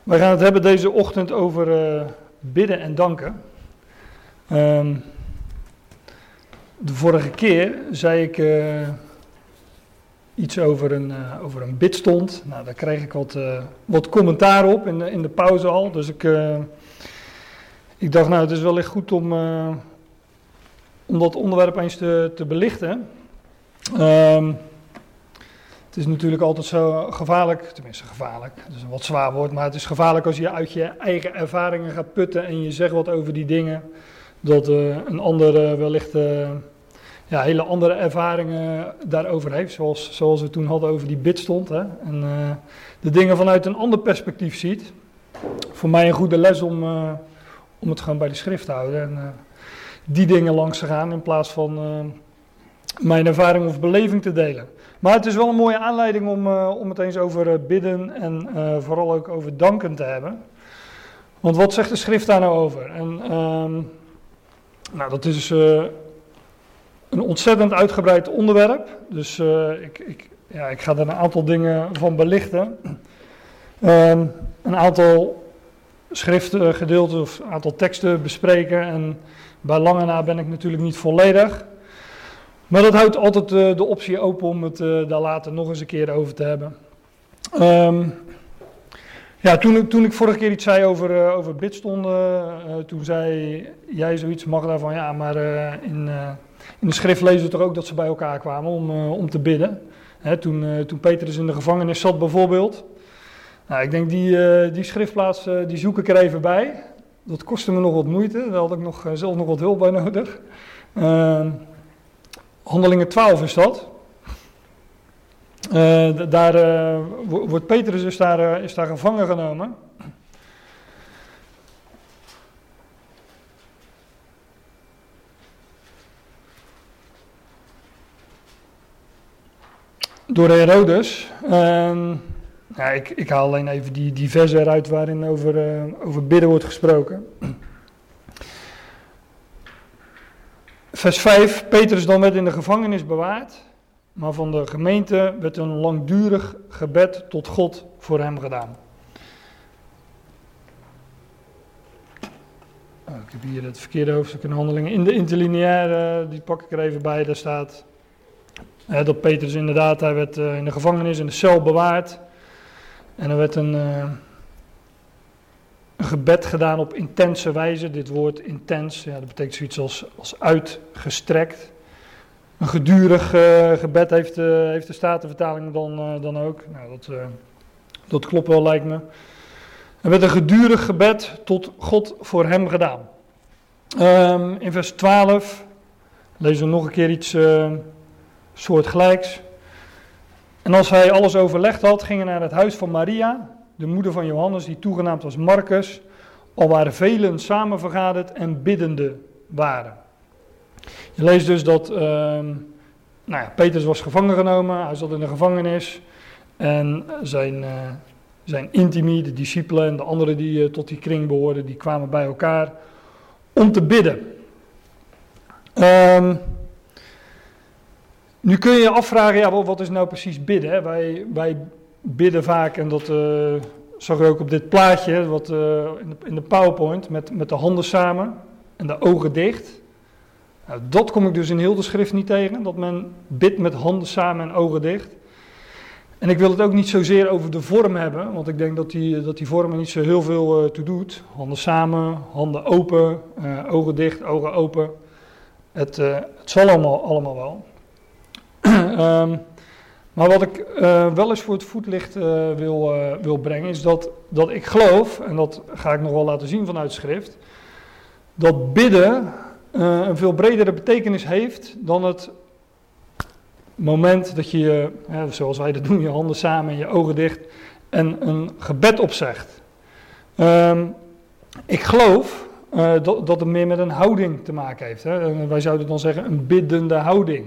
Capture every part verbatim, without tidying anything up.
We gaan het hebben deze ochtend over uh, bidden en danken. Um, de vorige keer zei ik uh, iets over een, uh, over een bidstond. Nou, daar kreeg ik wat, uh, wat commentaar op in de, in de pauze al. Dus ik, uh, ik dacht, nou, het is wellicht goed om, uh, om dat onderwerp eens te, te belichten. Um, Het is natuurlijk altijd zo gevaarlijk, tenminste gevaarlijk, dat is een wat zwaar woord, maar het is gevaarlijk als je uit je eigen ervaringen gaat putten en je zegt wat over die dingen, dat uh, een ander uh, wellicht uh, ja, hele andere ervaringen daarover heeft, zoals, zoals we toen hadden over die bidstond. Hè? En uh, de dingen vanuit een ander perspectief ziet. Voor mij een goede les om, uh, om het gewoon bij de schrift te houden en uh, die dingen langs te gaan in plaats van uh, mijn ervaring of beleving te delen. Maar het is wel een mooie aanleiding om, uh, om het eens over uh, bidden en uh, vooral ook over danken te hebben. Want wat zegt de schrift daar nou over? En, um, nou, dat is uh, een ontzettend uitgebreid onderwerp. Dus uh, ik, ik, ja, ik ga er een aantal dingen van belichten. Um, een aantal schriftgedeelten of een aantal teksten bespreken. En bij lange na ben ik natuurlijk niet volledig. Maar dat houdt altijd uh, de optie open om het uh, daar later nog eens een keer over te hebben. Um, ja, toen, toen ik vorige keer iets zei over, uh, over bidstonden, uh, toen zei jij zoiets, Magda, van ja, maar uh, in, uh, in de schrift lezen we toch ook dat ze bij elkaar kwamen om, uh, om te bidden. Hè, toen, uh, toen Petrus in de gevangenis zat bijvoorbeeld. Nou, ik denk die, uh, die schriftplaats, uh, die zoek ik er even bij. Dat kostte me nog wat moeite, daar had ik nog, uh, zelf nog wat hulp bij nodig. Uh, Handelingen twaalf is dat. Uh, d- daar uh, wordt Petrus is daar, uh, is daar gevangen genomen. Door Herodes. Uh, ja, ik, ik haal alleen even die, die versen eruit waarin over, uh, over bidden wordt gesproken. Vers vijf, Petrus dan werd in de gevangenis bewaard, maar van de gemeente werd een langdurig gebed tot God voor hem gedaan. Oh, ik heb hier het verkeerde hoofdstuk in Handelingen. In de interlineaire, die pak ik er even bij, daar staat eh, dat Petrus inderdaad, hij werd uh, in de gevangenis, in de cel bewaard. En er werd een... Uh, Een gebed gedaan op intense wijze. Dit woord intens, ja, dat betekent zoiets als, als uitgestrekt. Een gedurig uh, gebed heeft, uh, heeft de Statenvertaling dan, uh, dan ook. Nou, dat, uh, dat klopt wel, lijkt me. Er werd een gedurig gebed tot God voor hem gedaan. Um, in vers twaalf lezen we nog een keer iets uh, soortgelijks. En als hij alles overlegd had, ging hij naar het huis van Maria, de moeder van Johannes, die toegenaamd was Marcus, al waren velen samen vergaderd en biddende waren. Je leest dus dat uh, nou ja, Petrus was gevangen genomen, hij zat in de gevangenis en zijn, uh, zijn intimi, de discipelen en de anderen die uh, tot die kring behoorden, die kwamen bij elkaar om te bidden. Um, nu kun je je afvragen, ja, wat is nou precies bidden? Hè? Wij, wij bidden vaak, en dat uh, zag je ook op dit plaatje, wat, uh, in, de, in de PowerPoint, met, met de handen samen en de ogen dicht. Nou, dat kom ik dus in heel de schrift niet tegen, dat men bidt met handen samen en ogen dicht. En ik wil het ook niet zozeer over de vorm hebben, want ik denk dat die, dat die vorm er niet zo heel veel uh, toe doet. Handen samen, handen open, uh, ogen dicht, ogen open. Het, uh, het zal allemaal, allemaal wel. um, Maar wat ik uh, wel eens voor het voetlicht uh, wil, uh, wil brengen, is dat, dat ik geloof, en dat ga ik nog wel laten zien vanuit schrift, dat bidden uh, een veel bredere betekenis heeft dan het moment dat je, uh, zoals wij dat doen, je handen samen en je ogen dicht en een gebed opzegt. Um, ik geloof uh, dat, dat het meer met een houding te maken heeft. Hè? En wij zouden dan zeggen een biddende houding.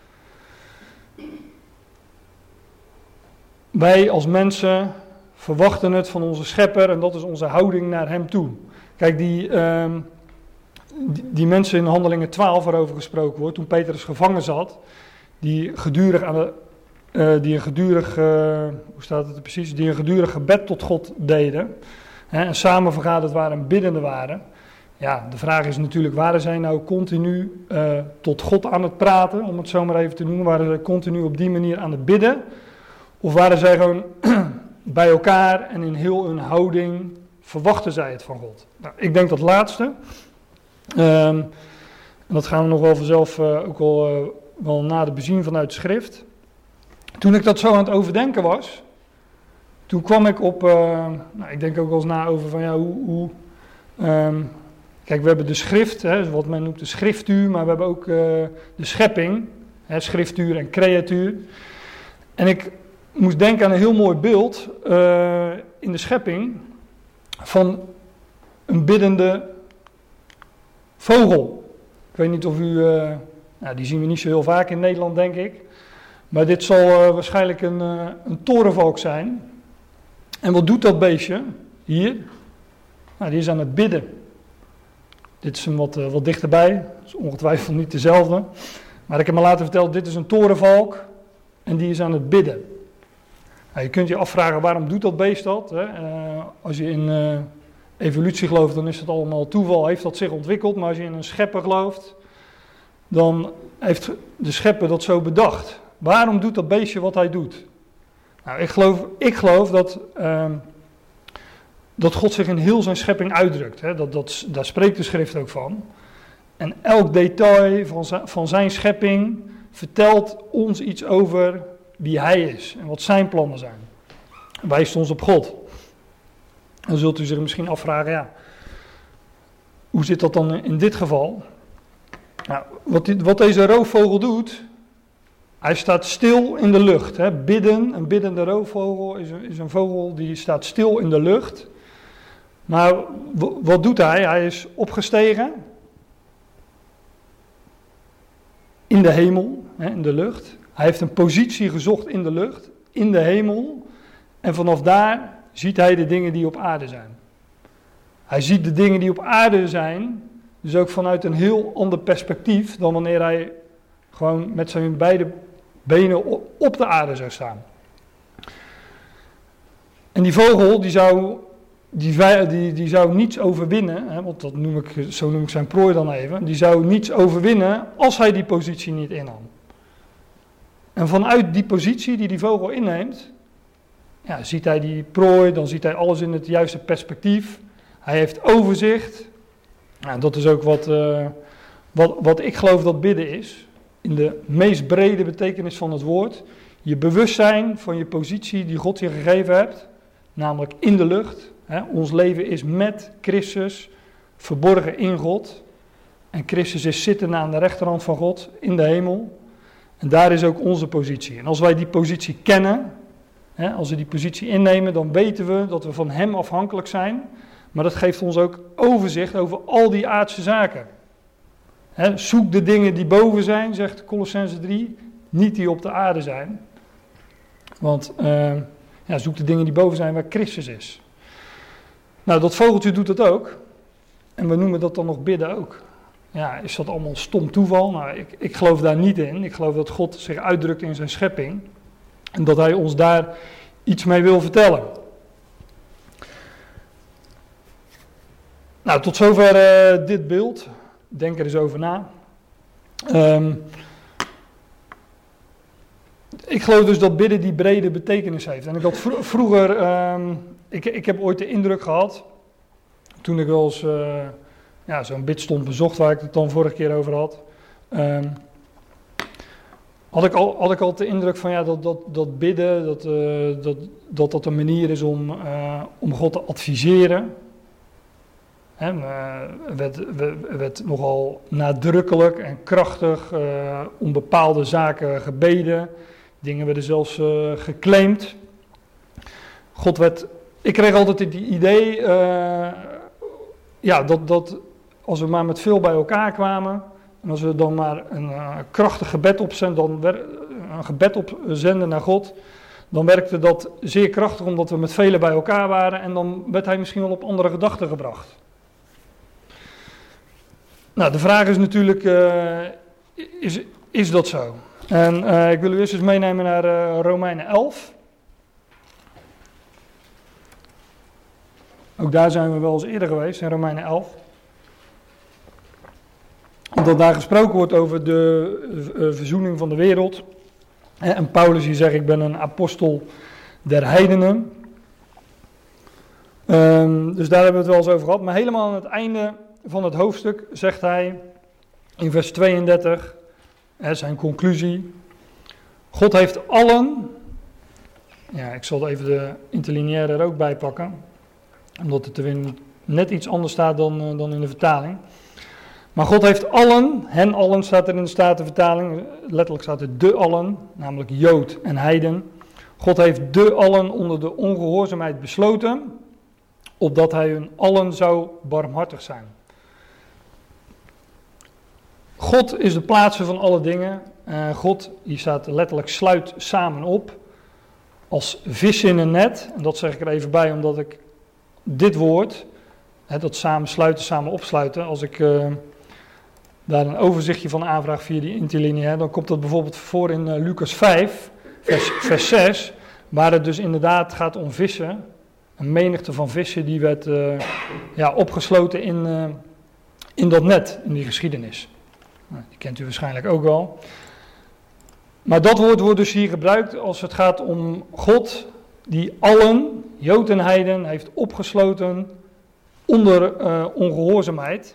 Wij als mensen verwachten het van onze schepper en dat is onze houding naar hem toe. Kijk, die, uh, die, die mensen in Handelingen twaalf waarover gesproken wordt, toen Petrus gevangen zat, die gedurig aan de, uh, die een gedurig, uh, hoe staat het er precies, die een gedurig gebed tot God deden. hè, en samen vergaderd waren en biddende waren. Ja, de vraag is natuurlijk, waren zij nou continu uh, tot God aan het praten, om het zo maar even te noemen? Waren zij continu op die manier aan het bidden? Of waren zij gewoon bij elkaar en in heel hun houding verwachten zij het van God? Nou, ik denk dat laatste. Um, en dat gaan we nog wel vanzelf uh, ook wel, uh, wel nader bezien vanuit de schrift. Toen ik dat zo aan het overdenken was, toen kwam ik op, uh, nou, ik denk ook wel eens na over van ja, hoe... hoe um, kijk, we hebben de schrift, hè, wat men noemt de schriftuur, maar we hebben ook uh, de schepping, hè, schriftuur en creatuur. En ik moest denken aan een heel mooi beeld uh, in de schepping van een biddende vogel. Ik weet niet of u, uh, nou, die zien we niet zo heel vaak in Nederland, denk ik. Maar dit zal uh, waarschijnlijk een, uh, een torenvalk zijn. En wat doet dat beestje hier? Nou, die is aan het bidden. Dit is hem wat, uh, wat dichterbij. Dat is ongetwijfeld niet dezelfde. Maar ik heb me laten vertellen, dit is een torenvalk. En die is aan het bidden. Nou, je kunt je afvragen, waarom doet dat beest dat? Hè? Uh, als je in uh, evolutie gelooft, dan is het allemaal toeval. Heeft dat zich ontwikkeld. Maar als je in een schepper gelooft, dan heeft de schepper dat zo bedacht. Waarom doet dat beestje wat hij doet? Nou, ik geloof, ik geloof dat... Uh, Dat God zich in heel zijn schepping uitdrukt. Hè? Dat, dat, daar spreekt de schrift ook van. En elk detail van zijn, van zijn schepping vertelt ons iets over wie hij is en wat zijn plannen zijn. Wijst ons op God. Dan zult u zich misschien afvragen, ja, hoe zit dat dan in dit geval? Nou, wat, dit, wat deze roofvogel doet, hij staat stil in de lucht. Hè? Bidden, een biddende roofvogel is een, is een vogel die staat stil in de lucht. Maar wat doet hij? Hij is opgestegen in de hemel, in de lucht. Hij heeft een positie gezocht in de lucht, in de hemel. En vanaf daar ziet hij de dingen die op aarde zijn. Hij ziet de dingen die op aarde zijn, dus ook vanuit een heel ander perspectief dan wanneer hij gewoon met zijn beide benen op de aarde zou staan. En die vogel, die zou... Die, die, die zou niets overwinnen, hè, want dat noem ik, zo noem ik zijn prooi dan even. Die zou niets overwinnen als hij die positie niet innam. En vanuit die positie die die vogel inneemt, ja, ziet hij die prooi, dan ziet hij alles in het juiste perspectief. Hij heeft overzicht. Nou, dat is ook wat, uh, wat, wat ik geloof dat bidden is. In de meest brede betekenis van het woord. Je bewustzijn van je positie die God je gegeven hebt, namelijk in de lucht. He, ons leven is met Christus verborgen in God. En Christus is zittende aan de rechterhand van God in de hemel. En daar is ook onze positie. En als wij die positie kennen, he, als we die positie innemen, dan weten we dat we van hem afhankelijk zijn. Maar dat geeft ons ook overzicht over al die aardse zaken. He, zoek de dingen die boven zijn, zegt Kolossenzen drie, niet die op de aarde zijn. Want uh, ja, zoek de dingen die boven zijn waar Christus is. Nou, dat vogeltje doet dat ook. En we noemen dat dan nog bidden ook. Ja, is dat allemaal stom toeval? Nou, ik, ik geloof daar niet in. Ik geloof dat God zich uitdrukt in zijn schepping. En dat hij ons daar iets mee wil vertellen. Nou, tot zover uh, dit beeld. Denk er eens over na. Um, ik geloof dus dat bidden die brede betekenis heeft. En ik had vro- vroeger... Um, Ik, ik heb ooit de indruk gehad, toen ik wel eens uh, ja, zo'n bidstond bezocht waar ik het dan vorige keer over had, um, had, ik al, had ik al de indruk van ja, dat, dat, dat bidden, dat, uh, dat, dat dat een manier is om, uh, om God te adviseren. Hè, er werd, werd nogal nadrukkelijk en krachtig uh, om bepaalde zaken gebeden, dingen werden zelfs uh, geclaimd. God werd... Ik kreeg altijd het idee, uh, ja, dat, dat als we maar met veel bij elkaar kwamen, en als we dan maar een uh, krachtig gebed opzenden, dan wer, een gebed opzenden naar God, dan werkte dat zeer krachtig omdat we met velen bij elkaar waren en dan werd hij misschien wel op andere gedachten gebracht. Nou, de vraag is natuurlijk, uh, is, is dat zo? En uh, ik wil u eerst eens meenemen naar uh, Romeinen elf. Ook daar zijn we wel eens eerder geweest, in Romeinen elf. Omdat daar gesproken wordt over de uh, verzoening van de wereld. En Paulus hier zegt, ik ben een apostel der heidenen. Um, dus daar hebben we het wel eens over gehad. Maar helemaal aan het einde van het hoofdstuk zegt hij in vers tweeëndertig, hè, zijn conclusie. God heeft allen, ja, ik zal even de interlineaire er ook bij pakken, omdat het er weer net iets anders staat dan, uh, dan in de vertaling. Maar God heeft allen, hen allen staat er in de Statenvertaling, letterlijk staat er de allen, namelijk Jood en heiden. God heeft de allen onder de ongehoorzaamheid besloten, opdat hij hun allen zou barmhartig zijn. God is de plaatser van alle dingen. Uh, God, hier staat letterlijk, sluit samen op. Als vis in een net. En dat zeg ik er even bij, omdat ik dit woord, hè, dat samen sluiten, samen opsluiten, als ik uh, daar een overzichtje van aanvraag via die interlineair, dan komt dat bijvoorbeeld voor in uh, Lucas vijf, vers, vers zes, waar het dus inderdaad gaat om vissen. Een menigte van vissen die werd uh, ja, opgesloten in, uh, in dat net, in die geschiedenis. Nou, die kent u waarschijnlijk ook wel. Maar dat woord wordt dus hier gebruikt als het gaat om God, die allen, Jood en heiden, heeft opgesloten onder uh, ongehoorzaamheid.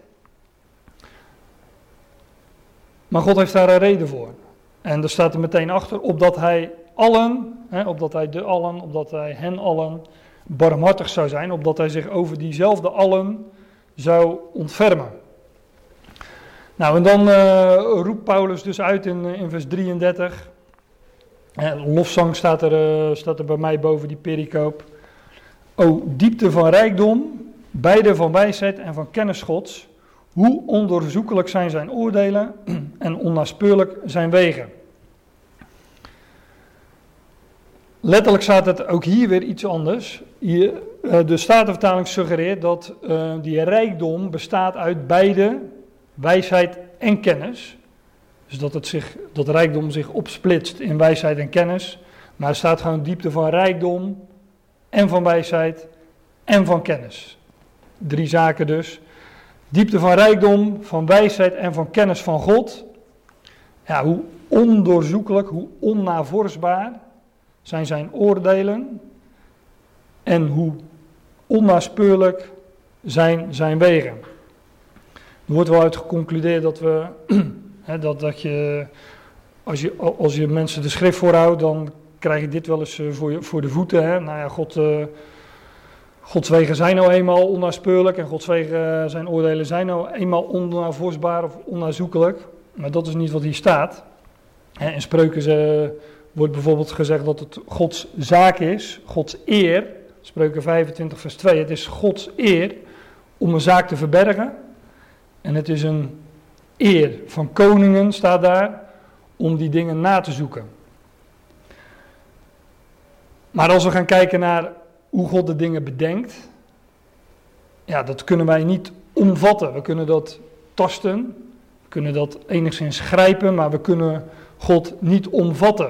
Maar God heeft daar een reden voor. En er staat er meteen achter, opdat hij allen, hè, opdat hij de allen, opdat hij hen allen barmhartig zou zijn, opdat hij zich over diezelfde allen zou ontfermen. Nou, en dan uh, roept Paulus dus uit in, in vers drieëndertig. Eh, lofzang staat er, uh, staat er bij mij boven die pericoop. O diepte van rijkdom, beide van wijsheid en van kennis Gods. Hoe ondoorzoekelijk zijn zijn oordelen en onnaspeurlijk zijn wegen. Letterlijk staat het ook hier weer iets anders. Hier, uh, de Statenvertaling suggereert dat uh, die rijkdom bestaat uit beide wijsheid en kennis. Dus dat, het zich, dat rijkdom zich opsplitst in wijsheid en kennis. Maar er staat gewoon diepte van rijkdom en van wijsheid en van kennis. Drie zaken dus. Diepte van rijkdom, van wijsheid en van kennis van God. Ja, hoe ondoorzoekelijk, hoe onnavorsbaar zijn zijn oordelen. En hoe onnaspeurlijk zijn zijn wegen. Er wordt wel uit geconcludeerd dat we, hè, dat, dat je, als je, als je mensen de schrift voorhoudt, dan krijg je dit wel eens voor, je, voor de voeten. Hè. Nou ja, God, uh, Gods wegen zijn nou eenmaal onnaspeurlijk en Gods wegen, zijn oordelen zijn nou eenmaal onnavorsbaar of onnazoekelijk. Maar dat is niet wat hier staat. Hè, in Spreuken ze, wordt bijvoorbeeld gezegd dat het Gods zaak is, Gods eer. Spreuken vijfentwintig vers twee, het is Gods eer om een zaak te verbergen. En het is een eer van koningen, staat daar, om die dingen na te zoeken. Maar als we gaan kijken naar hoe God de dingen bedenkt, ja, dat kunnen wij niet omvatten. We kunnen dat tasten, we kunnen dat enigszins grijpen, maar we kunnen God niet omvatten.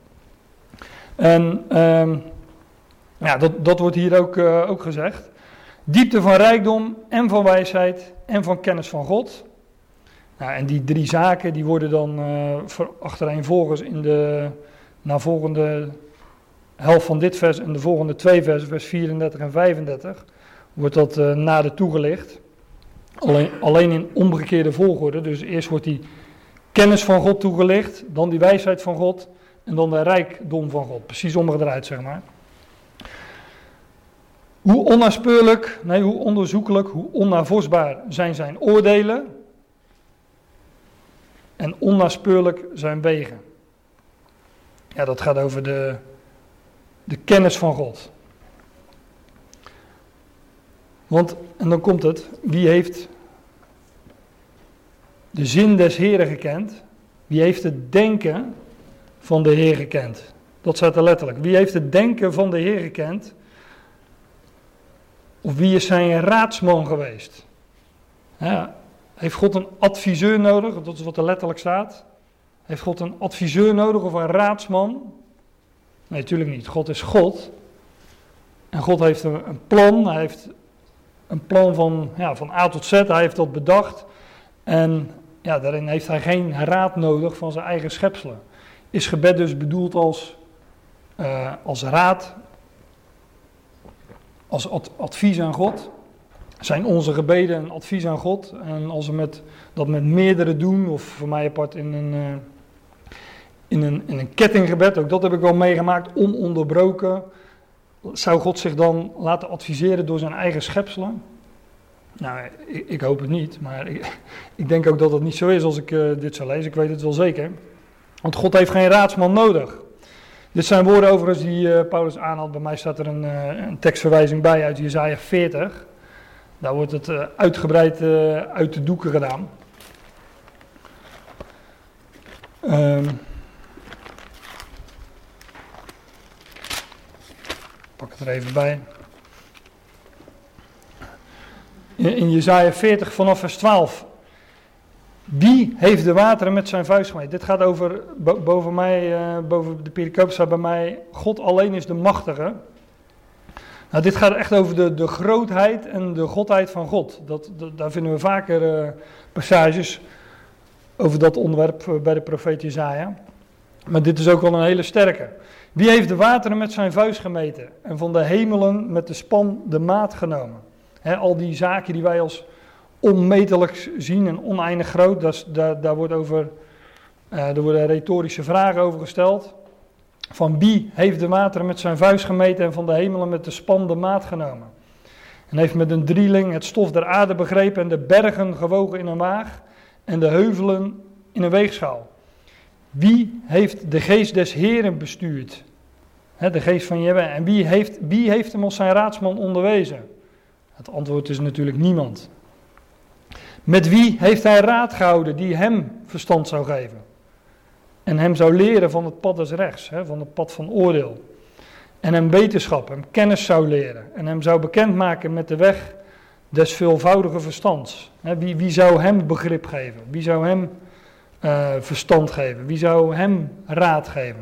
En um, ja, dat, dat wordt hier ook, uh, ook gezegd. Diepte van rijkdom en van wijsheid en van kennis van God. Nou, en die drie zaken die worden dan uh, achtereenvolgens in de navolgende helft van dit vers en de volgende twee versen, vers vierendertig en vijfendertig, wordt dat uh, nader toegelicht. Alleen, alleen in omgekeerde volgorde. Dus eerst wordt die kennis van God toegelicht, dan die wijsheid van God en dan de rijkdom van God. Precies omgedraaid, zeg maar. Hoe onnaspeurlijk, nee, hoe onderzoekelijk, hoe onnavorsbaar zijn zijn oordelen en onnaspeurlijk zijn wegen. Ja, dat gaat over de, de kennis van God. Want, en dan komt het, wie heeft de zin des Heren gekend? Wie heeft het denken van de Heer gekend? Dat staat er letterlijk. Wie heeft het denken van de Heer gekend? Of wie is zijn raadsman geweest? Ja, heeft God een adviseur nodig? Dat is wat er letterlijk staat. Heeft God een adviseur nodig of een raadsman? Nee, natuurlijk niet. God is God. En God heeft een, een plan. Hij heeft een plan van, ja, van A tot Z. Hij heeft dat bedacht. En ja, daarin heeft hij geen raad nodig van zijn eigen schepselen. Is gebed dus bedoeld als, uh, als raad, als ad- advies aan God? Zijn onze gebeden een advies aan God? En als we met, dat met meerdere doen, of voor mij apart in een, uh, in, een, in een kettinggebed, ook dat heb ik wel meegemaakt, ononderbroken, zou God zich dan laten adviseren door zijn eigen schepselen? Nou, ik, ik hoop het niet, maar ik, ik denk ook dat het niet zo is als ik uh, dit zou lezen, ik weet het wel zeker. Want God heeft geen raadsman nodig. Dit zijn woorden overigens die uh, Paulus aanhaalt. Bij mij staat er een, uh, een tekstverwijzing bij uit Jesaja veertig. Daar wordt het uh, uitgebreid uh, uit de doeken gedaan. Um, pak het er even bij. In, in Jesaja veertig vanaf vers twaalf. Wie heeft de wateren met zijn vuist gemeten? Dit gaat over, bo- boven mij, uh, boven de pericoop staat bij mij, God alleen is de machtige. Nou, dit gaat echt over de, de grootheid en de godheid van God. Dat, dat, daar vinden we vaker uh, passages over dat onderwerp uh, bij de profeet Jesaja. Maar dit is ook wel een hele sterke. Wie heeft de wateren met zijn vuist gemeten en van de hemelen met de span de maat genomen? He, al die zaken die wij als onmetelijk zien en oneindig groot, dat, daar, daar wordt over, uh, er worden retorische vragen over gesteld. Van wie heeft de wateren met zijn vuist gemeten en van de hemelen met de span de maat genomen? En heeft met een drieling het stof der aarde begrepen en de bergen gewogen in een waag en de heuvelen in een weegschaal. Wie heeft de geest des Heren bestuurd? He, de geest van Jahwe. En wie heeft, wie heeft hem als zijn raadsman onderwezen? Het antwoord is natuurlijk niemand. Met wie heeft hij raad gehouden die hem verstand zou geven? En hem zou leren van het pad des rechts, hè, van het pad van oordeel. En hem wetenschap, hem kennis zou leren. En hem zou bekendmaken met de weg des veelvoudige verstands. Hè, wie, wie zou hem begrip geven? Wie zou hem uh, verstand geven? Wie zou hem raad geven?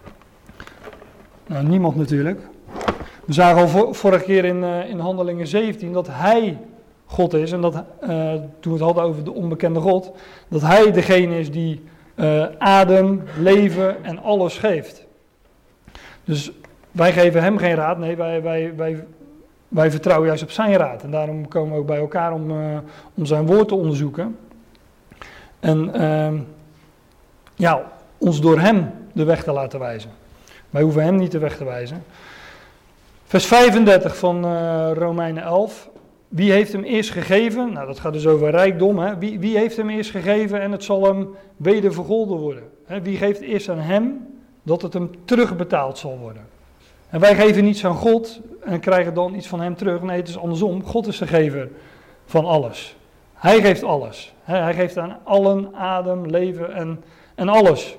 Nou, niemand natuurlijk. We zagen al vor, vorige keer in, uh, in Handelingen zeventien dat hij God is. En dat, uh, toen we het hadden over de onbekende God, dat hij degene is die uh, adem, leven en alles geeft. Dus wij geven hem geen raad, nee, wij, wij, wij, wij vertrouwen juist op zijn raad. En daarom komen we ook bij elkaar om, uh, om zijn woord te onderzoeken. En uh, ja, ons door hem de weg te laten wijzen. Wij hoeven hem niet de weg te wijzen. Vers vijfendertig van uh, Romeinen elf. Wie heeft hem eerst gegeven? Nou, dat gaat dus over rijkdom. Hè? Wie, wie heeft hem eerst gegeven en het zal hem weder vergolden worden? Hè? Wie geeft eerst aan hem dat het hem terugbetaald zal worden? En wij geven niets aan God en krijgen dan iets van hem terug. Nee, het is andersom. God is de gever van alles. Hij geeft alles. Hè? Hij geeft aan allen adem, leven en, en alles.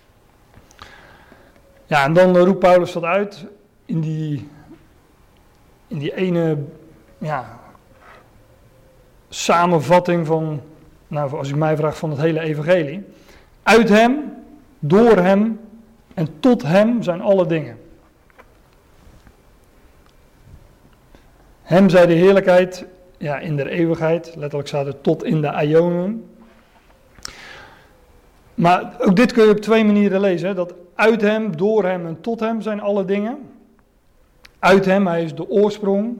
Ja, en dan roept Paulus dat uit in die, in die ene ja, samenvatting van, nou, als u mij vraagt, van het hele evangelie. Uit hem, door hem en tot hem zijn alle dingen. Hem zij de heerlijkheid, ja, in der eeuwigheid, letterlijk staat er tot in de aionen. Maar ook dit kun je op twee manieren lezen, hè? Dat uit hem, door hem en tot hem zijn alle dingen. Uit hem, hij is de oorsprong.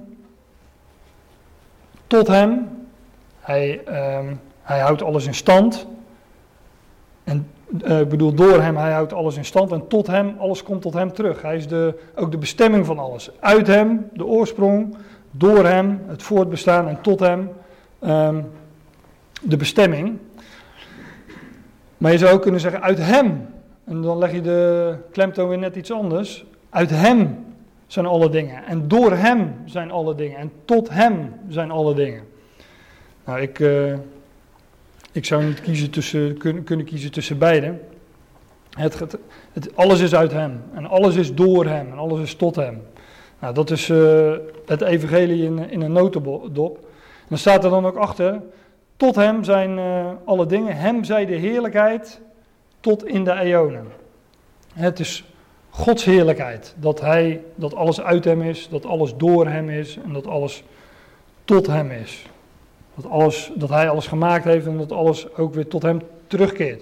Tot hem, hij, uh, hij houdt alles in stand. En uh, ik bedoel, door hem, hij houdt alles in stand. En tot hem, alles komt tot hem terug. Hij is de, ook de bestemming van alles. Uit hem, de oorsprong. Door hem, het voortbestaan. En tot hem, um, de bestemming. Maar je zou ook kunnen zeggen, uit hem. En dan leg je de klemtoon weer net iets anders. Uit hem zijn alle dingen. En door hem zijn alle dingen. En tot hem zijn alle dingen. Nou, ik, uh, ik zou niet kiezen tussen, kun, kunnen kiezen tussen beide. Het, het, het, alles is uit hem. En alles is door hem. En alles is tot hem. Nou, dat is uh, het evangelie in, in een notendop. En dan staat er dan ook achter. Tot hem zijn uh, alle dingen. Hem zij de heerlijkheid tot in de eonen. Het is Gods heerlijkheid. Dat hij, dat alles uit hem is. Dat alles door hem is. En dat alles tot hem is. Dat, alles, dat hij alles gemaakt heeft en dat alles ook weer tot hem terugkeert.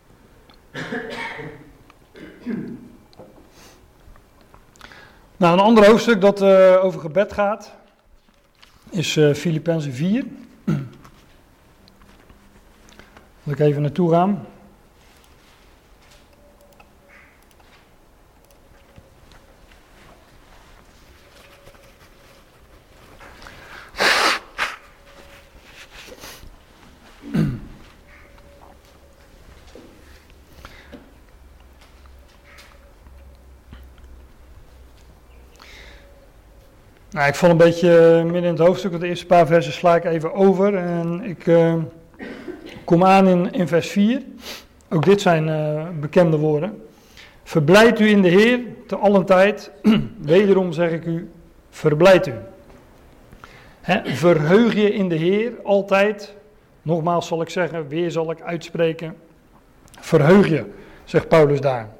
Nou, een ander hoofdstuk dat uh, over gebed gaat, is uh, Filippenzen vier. Wil ik even naartoe gaan. Nou, ik val een beetje midden in het hoofdstuk, de eerste paar versen sla ik even over en ik uh, kom aan in, in vers vier. Ook dit zijn uh, bekende woorden. Verblijd u in de Heer te allen tijd, wederom zeg ik u, verblijd u. Hè, verheug je in de Heer altijd, nogmaals zal ik zeggen, weer zal ik uitspreken, verheug je, zegt Paulus daar.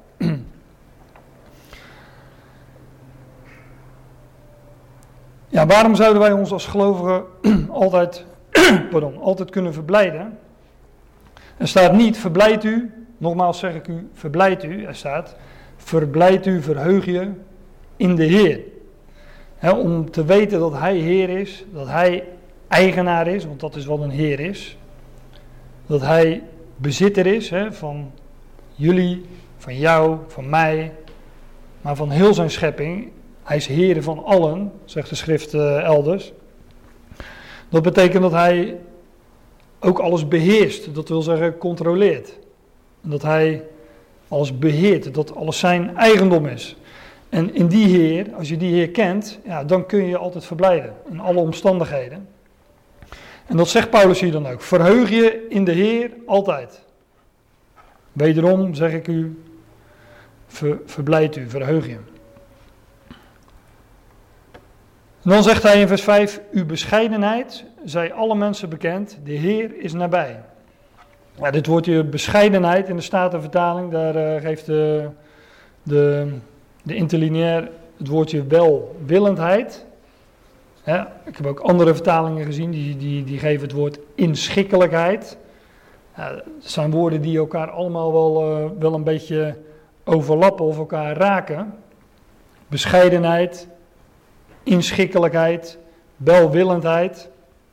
Ja, waarom zouden wij ons als gelovigen altijd, pardon, altijd kunnen verblijden? Er staat niet, verblijd u, nogmaals zeg ik u, verblijd u. Er staat, verblijd u, verheug je in de Heer. He, om te weten dat Hij Heer is, dat Hij eigenaar is, want dat is wat een Heer is. Dat Hij bezitter is he, van jullie, van jou, van mij, maar van heel zijn schepping. Hij is Heer van allen, zegt de schrift uh, elders. Dat betekent dat Hij ook alles beheerst, dat wil zeggen controleert. En dat Hij alles beheert, dat alles zijn eigendom is. En in die Heer, als je die Heer kent, ja, dan kun je je altijd verblijden, in alle omstandigheden. En dat zegt Paulus hier dan ook, verheug je in de Heer altijd. Wederom zeg ik u, ver, verblijd u, verheug je. En dan zegt hij in vers vijf, uw bescheidenheid zij alle mensen bekend, de Heer is nabij. Ja, dit woordje bescheidenheid in de Statenvertaling, daar uh, geeft de, de, de interlineair het woordje welwillendheid. Ja, ik heb ook andere vertalingen gezien, die, die, die geven het woord inschikkelijkheid. Ja, dat zijn woorden die elkaar allemaal wel, uh, wel een beetje overlappen of elkaar raken. Bescheidenheid, inschikkelijkheid, welwillendheid.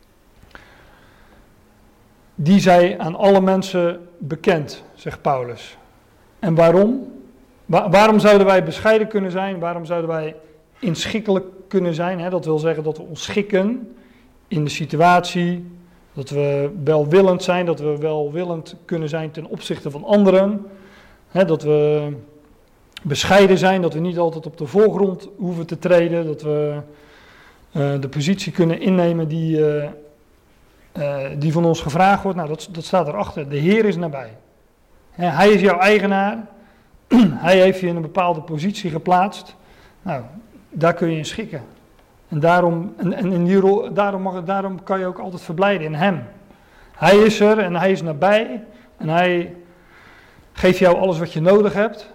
Die zij aan alle mensen bekend, zegt Paulus. En waarom? Wa- waarom zouden wij bescheiden kunnen zijn? Waarom zouden wij inschikkelijk kunnen zijn? Hè? Dat wil zeggen dat we ons schikken in de situatie. Dat we welwillend zijn, dat we welwillend kunnen zijn ten opzichte van anderen. Hè? Dat we bescheiden zijn, dat we niet altijd op de voorgrond hoeven te treden. Dat we uh, de positie kunnen innemen die... Uh, Uh, die van ons gevraagd wordt, nou dat, dat staat erachter. De Heer is nabij. He, hij is jouw eigenaar. Hij heeft je in een bepaalde positie geplaatst. Nou, daar kun je in schikken. En daarom, en, en in die rol, daarom, mag, daarom kan je ook altijd verblijden in hem. Hij is er en hij is nabij. En hij geeft jou alles wat je nodig hebt.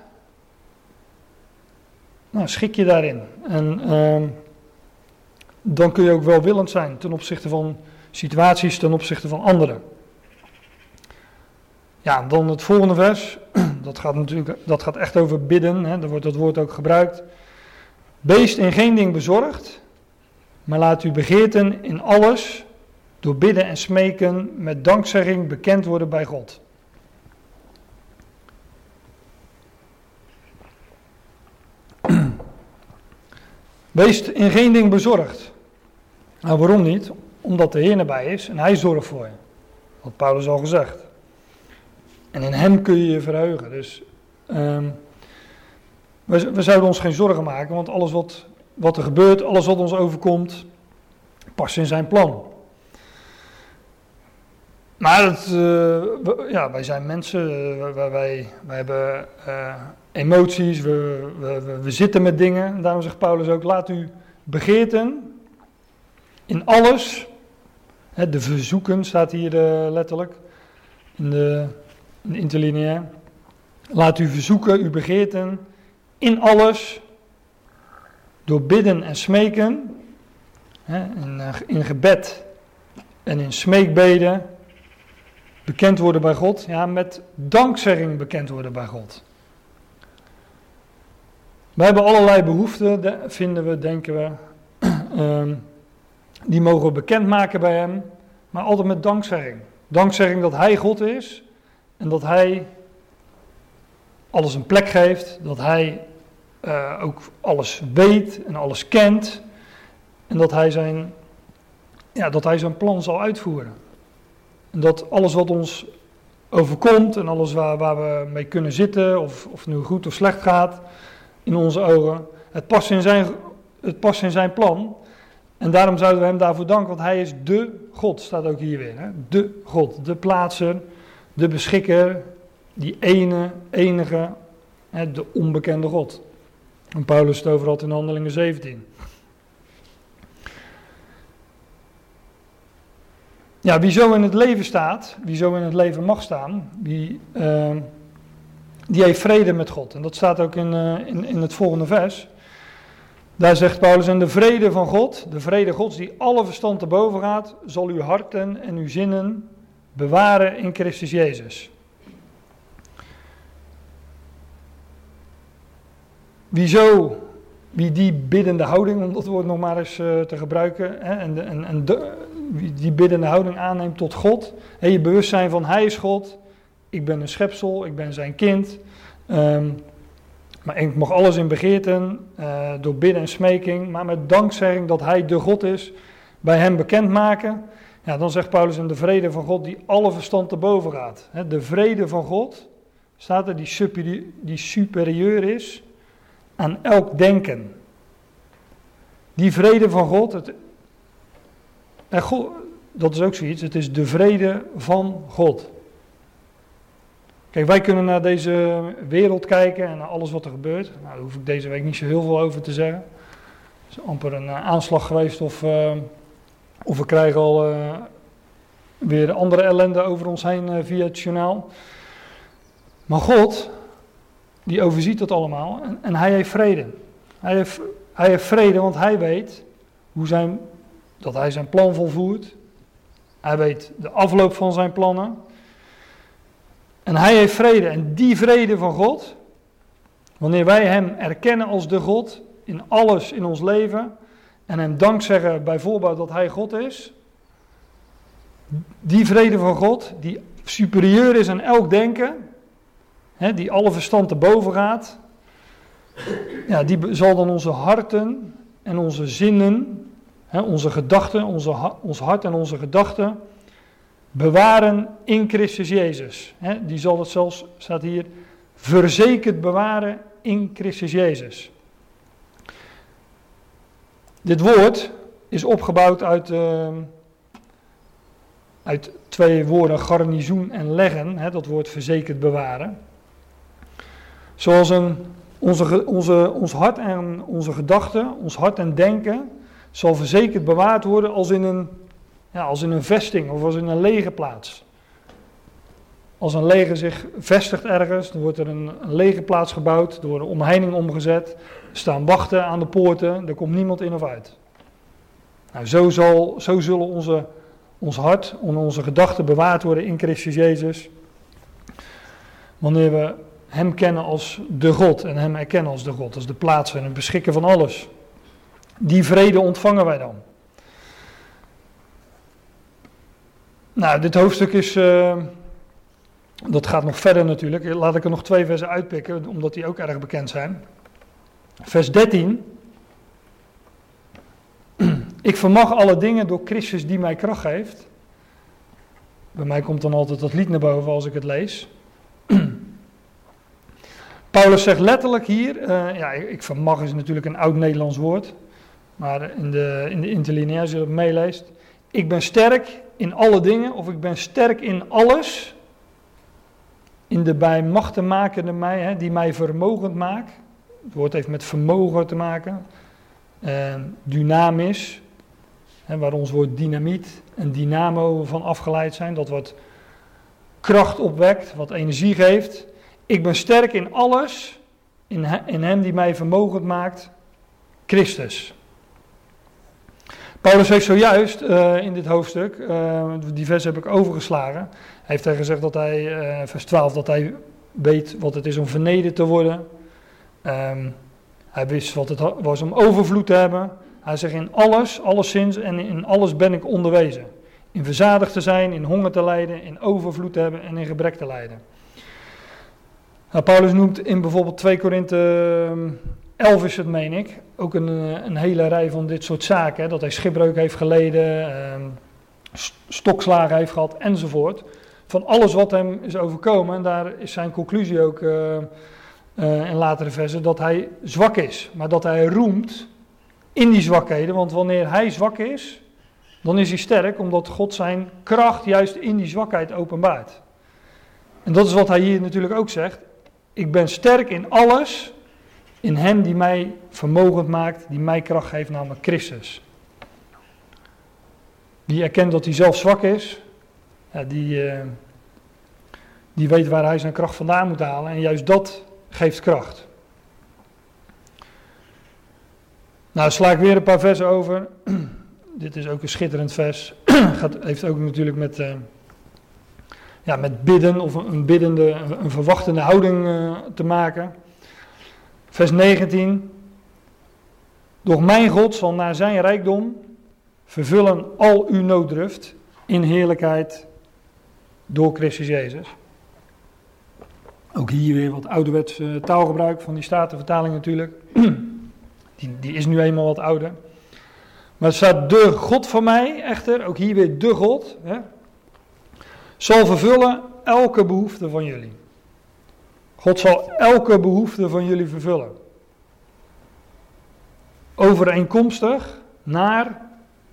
Nou, schik je daarin. En uh, dan kun je ook welwillend zijn ten opzichte van situaties ten opzichte van anderen. Ja, dan het volgende vers. Dat gaat natuurlijk, dat gaat echt over bidden. Hè, daar wordt dat woord ook gebruikt. Wees in geen ding bezorgd, maar laat uw begeerten in alles door bidden en smeken met dankzegging bekend worden bij God. Wees in geen ding bezorgd. Nou, waarom niet? Omdat de Heer nabij is en Hij zorgt voor je. Wat Paulus al gezegd. En in Hem kun je je verheugen. Dus um, we, we zouden ons geen zorgen maken, want alles wat, wat er gebeurt, alles wat ons overkomt, past in Zijn plan. Maar het, uh, we, ja, wij zijn mensen, uh, wij, wij, wij hebben uh, emoties, we, we, we, we zitten met dingen. En daarom zegt Paulus ook, laat uw begeerten in alles, hè, de verzoeken staat hier uh, letterlijk in de, in de interlineair. Laat u verzoeken, uw begeerten in alles, door bidden en smeken. hè, in, in gebed en in smeekbeden bekend worden bij God. Ja, met dankzegging bekend worden bij God. We hebben allerlei behoeften, de, vinden we, denken we. um, die mogen we bekendmaken bij hem, maar altijd met dankzegging. Dankzegging dat hij God is en dat hij alles een plek geeft, dat hij uh, ook alles weet en alles kent en dat hij zijn, ja, dat hij zijn plan zal uitvoeren. En dat alles wat ons overkomt en alles waar, waar we mee kunnen zitten, of, of het nu goed of slecht gaat, in onze ogen, het past in zijn, het past in zijn plan. En daarom zouden we hem daarvoor danken, want hij is de God, staat ook hier weer. Hè? De God, de plaatser, de beschikker, die ene, enige, hè, de onbekende God. En Paulus het over had in Handelingen zeventien. Ja, wie zo in het leven staat, wie zo in het leven mag staan, wie, uh, die heeft vrede met God. En dat staat ook in, uh, in, in het volgende vers. Daar zegt Paulus, en de vrede van God, de vrede Gods die alle verstand te boven gaat, zal uw harten en uw zinnen bewaren in Christus Jezus. Wie zo, wie die biddende houding, om dat woord nog maar eens uh, te gebruiken, hè, en, de, en, en de, wie die biddende houding aanneemt tot God, hè, je bewustzijn van hij is God, ik ben een schepsel, ik ben zijn kind, um, maar ik mag alles in begeerten, uh, door bidden en smeking, maar met dankzegging dat hij de God is, bij hem bekendmaken. Ja, dan zegt Paulus, en de vrede van God die alle verstand te boven gaat. Hè, de vrede van God, staat er, die, superieur, die superieur is aan elk denken. Die vrede van God, het, en God, dat is ook zoiets, het is de vrede van God. Kijk, wij kunnen naar deze wereld kijken en naar alles wat er gebeurt. Nou, daar hoef ik deze week niet zo heel veel over te zeggen. Er is amper een uh, aanslag geweest of, uh, of we krijgen al uh, weer andere ellende over ons heen uh, via het journaal. Maar God, die overziet dat allemaal en, en hij heeft vrede. Hij heeft, hij heeft vrede, want hij weet hoe zijn, dat hij zijn plan volvoert. Hij weet de afloop van zijn plannen. En hij heeft vrede. En die vrede van God, wanneer wij hem erkennen als de God in alles in ons leven en hem dankzeggen bijvoorbeeld dat hij God is, die vrede van God, die superieur is aan elk denken, hè, die alle verstand te boven gaat, ja, die zal dan onze harten en onze zinnen, hè, onze gedachten, onze, ons hart en onze gedachten bewaren in Christus Jezus. He, die zal het zelfs, staat hier, verzekerd bewaren in Christus Jezus. Dit woord is opgebouwd uit, uh, uit twee woorden, garnizoen en leggen. He, dat woord verzekerd bewaren. Zoals een, onze, onze, ons hart en onze gedachten, ons hart en denken, zal verzekerd bewaard worden als in een Ja, als in een vesting of als in een legerplaats. Als een leger zich vestigt ergens, dan wordt er een, een legerplaats gebouwd, er wordt een omheining omgezet, er staan wachten aan de poorten, er komt niemand in of uit. Nou, zo, zal, zo zullen onze, ons hart en onze gedachten bewaard worden in Christus Jezus, wanneer we hem kennen als de God en hem erkennen als de God, als de plaatser en het beschikken van alles. Die vrede ontvangen wij dan. Nou, dit hoofdstuk is, uh, dat gaat nog verder natuurlijk. Laat ik er nog twee versen uitpikken, omdat die ook erg bekend zijn. Vers dertien. Ik vermag alle dingen door Christus die mij kracht geeft. Bij mij komt dan altijd dat lied naar boven als ik het lees. Paulus zegt letterlijk hier, uh, ja, ik vermag is natuurlijk een oud Nederlands woord, maar in de, in de interlineair, als je dat meeleest. Ik ben sterk in alle dingen, of ik ben sterk in alles, in de bij machten makende mij, hè, die mij vermogend maakt. Het woord heeft met vermogen te maken. Uh, dynamisch, hè, waar ons woord dynamiet en dynamo van afgeleid zijn, dat wat kracht opwekt, wat energie geeft. Ik ben sterk in alles, in, he, in hem die mij vermogend maakt, Christus. Paulus heeft zojuist uh, in dit hoofdstuk, uh, die vers heb ik overgeslagen, heeft hij gezegd dat hij, uh, vers twaalf, dat hij weet wat het is om vernederd te worden. Um, hij wist wat het was om overvloed te hebben. Hij zegt in alles, alleszins en in alles ben ik onderwezen. In verzadigd te zijn, in honger te lijden, in overvloed te hebben en in gebrek te lijden. Nou, Paulus noemt in bijvoorbeeld twee Korinthe elf is het, meen ik, ook een, een hele rij van dit soort zaken. Hè, dat hij schipbreuk heeft geleden, eh, stokslagen heeft gehad enzovoort. Van alles wat hem is overkomen. En daar is zijn conclusie ook uh, uh, in latere versen dat hij zwak is. Maar dat hij roemt in die zwakheden. Want wanneer hij zwak is, dan is hij sterk. Omdat God zijn kracht juist in die zwakheid openbaart. En dat is wat hij hier natuurlijk ook zegt. Ik ben sterk in alles, in hem die mij vermogend maakt, die mij kracht geeft, namelijk Christus. Die erkent dat hij zelf zwak is, ja, die, uh, die weet waar hij zijn kracht vandaan moet halen en juist dat geeft kracht. Nou, sla ik weer een paar versen over. Dit is ook een schitterend vers. Gaat, heeft ook natuurlijk met... Uh, Ja, met bidden of een biddende, een verwachtende houding uh, te maken. Vers negentien. Doch mijn God zal naar zijn rijkdom vervullen al uw nooddruft in heerlijkheid door Christus Jezus. Ook hier weer wat ouderwets uh, taalgebruik van die Statenvertaling natuurlijk. Die, die is nu eenmaal wat ouder. Maar er staat de God van mij, echter, ook hier weer de God, hè, zal vervullen elke behoefte van jullie. God zal elke behoefte van jullie vervullen. Overeenkomstig naar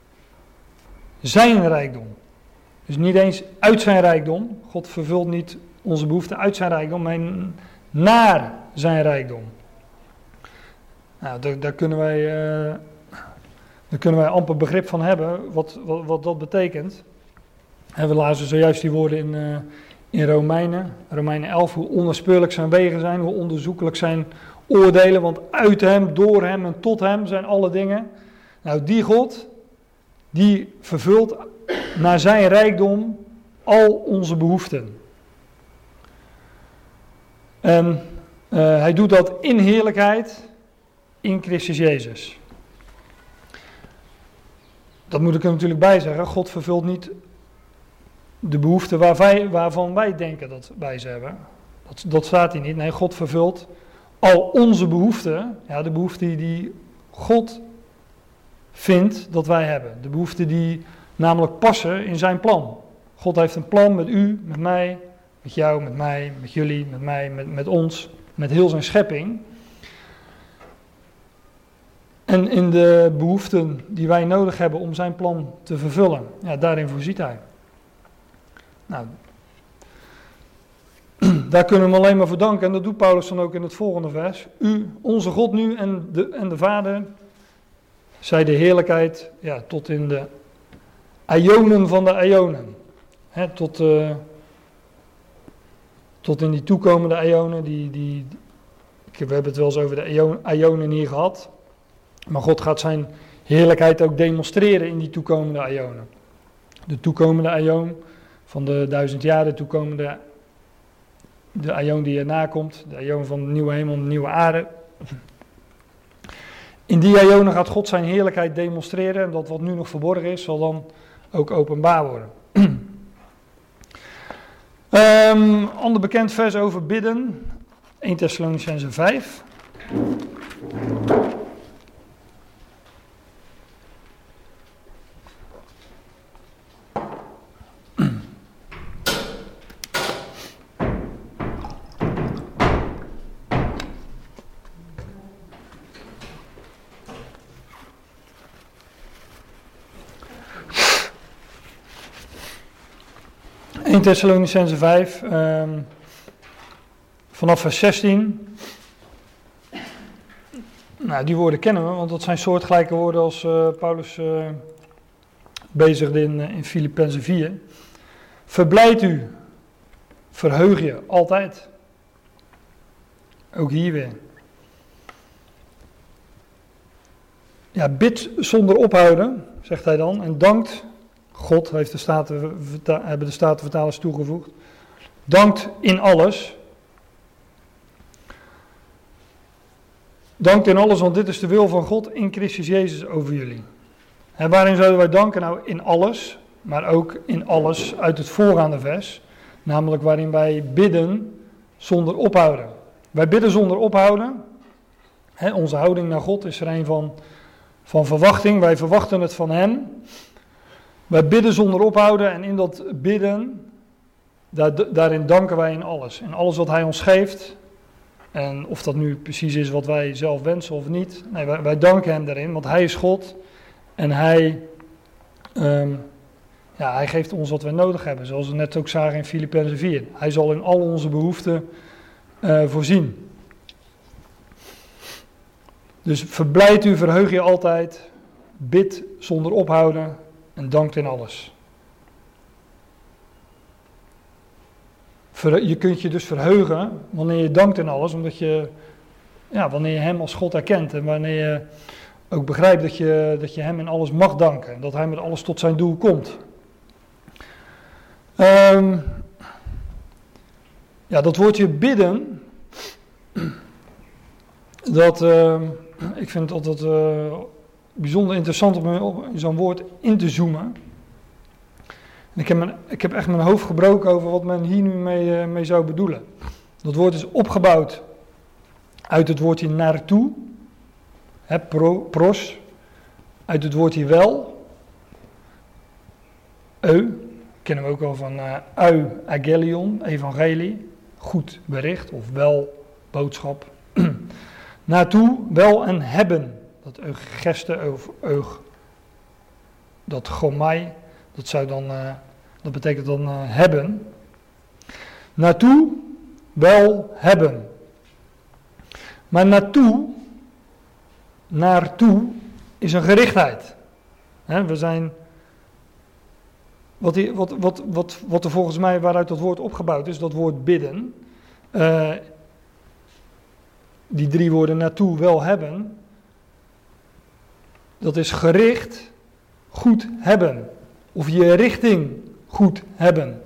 zijn rijkdom. Dus niet eens uit zijn rijkdom. God vervult niet onze behoeften uit zijn rijkdom, maar naar zijn rijkdom. Nou, daar, daar, kunnen wij, uh, daar kunnen wij amper begrip van hebben, wat, wat, wat dat betekent. En we lazen zojuist die woorden in, uh, in Romeinen, Romeinen elf, hoe onnaspeurlijk zijn wegen zijn, hoe onderzoekelijk zijn oordelen, want uit hem, door hem en tot hem zijn alle dingen. Nou, die God, die vervult naar zijn rijkdom al onze behoeften. En uh, hij doet dat in heerlijkheid, in Christus Jezus. Dat moet ik er natuurlijk bij zeggen, God vervult niet de behoeften waar wij, waarvan wij denken dat wij ze hebben. Dat, dat staat hier niet. Nee, God vervult al onze behoeften. Ja, de behoeften die God vindt dat wij hebben. De behoeften die namelijk passen in zijn plan. God heeft een plan met u, met mij, met jou, met mij, met jullie, met mij, met, met ons, met heel zijn schepping. En in de behoeften die wij nodig hebben om zijn plan te vervullen, ja, daarin voorziet hij. Nou, daar kunnen we hem alleen maar voor danken. En dat doet Paulus dan ook in het volgende vers. U, onze God nu en de, en de Vader, zij de heerlijkheid, ja, tot in de aionen van de aionen. He, tot, uh, tot in die toekomende aionen. Die, die, we hebben het wel eens over de aionen hier gehad. Maar God gaat zijn heerlijkheid ook demonstreren in die toekomende aionen. De toekomende aion van de duizend jaar, de toekomende, de aion die erna komt, de aion van de nieuwe hemel en de nieuwe aarde. In die aionen gaat God zijn heerlijkheid demonstreren en dat wat nu nog verborgen is, zal dan ook openbaar worden. um, ander bekend vers over bidden, Eerste Thessalonicenzen vijf. Eerste Thessalonicenzen vijf, um, vanaf vers zestien. Nou, die woorden kennen we, want dat zijn soortgelijke woorden als uh, Paulus uh, bezigde in, uh, in Filippenzen vier. Verblijd u, verheug je, altijd. Ook hier weer. Ja, bid zonder ophouden. zegt hij dan, en dankt God, heeft de Staten, hebben de Statenvertalers toegevoegd, dankt in alles. Dankt in alles, want dit is de wil van God in Christus Jezus over jullie. En waarin zouden wij danken? Nou, in alles, maar ook in alles uit het voorgaande vers. Namelijk waarin wij bidden zonder ophouden. Wij bidden zonder ophouden. He, onze houding naar God is er een van, van verwachting. Wij verwachten het van Hem. Wij bidden zonder ophouden en in dat bidden, daar, daarin danken wij in alles. In alles wat Hij ons geeft. En of dat nu precies is wat wij zelf wensen of niet. Nee, wij, wij danken Hem daarin, want Hij is God. En Hij, um, ja, Hij geeft ons wat wij nodig hebben. Zoals we net ook zagen in Filippenzen vier. Hij zal in al onze behoeften uh, voorzien. Dus verblijd u, verheug je altijd. Bid zonder ophouden. En dankt in alles. Je kunt je dus verheugen wanneer je dankt in alles, omdat je, ja, wanneer je Hem als God erkent en wanneer je ook begrijpt dat je, dat je Hem in alles mag danken en dat Hij met alles tot zijn doel komt. Um, ja, dat woordje bidden, dat, uh, ik vind het altijd uh, bijzonder interessant om op zo'n woord in te zoomen. En ik heb, mijn, ik heb echt mijn hoofd gebroken over wat men hier nu mee, uh, mee zou bedoelen. Dat woord is opgebouwd uit het woordje naartoe, hè, pro, pros, uit het woordje wel, eu, kennen we ook al van uh, eu, agelion, evangelie, goed bericht of wel boodschap. Naartoe, wel en hebben, dat eugeste of eug, dat gomai, dat zou dan, uh, dat betekent dan uh, hebben. Naartoe, wel hebben. Maar naartoe, naartoe is een gerichtheid. He, we zijn, wat, die, wat, wat, wat, wat er volgens mij waaruit dat woord opgebouwd is, dat woord bidden. Uh, die drie woorden naartoe, wel hebben. Dat is gericht, goed hebben. Of je richting goed hebben.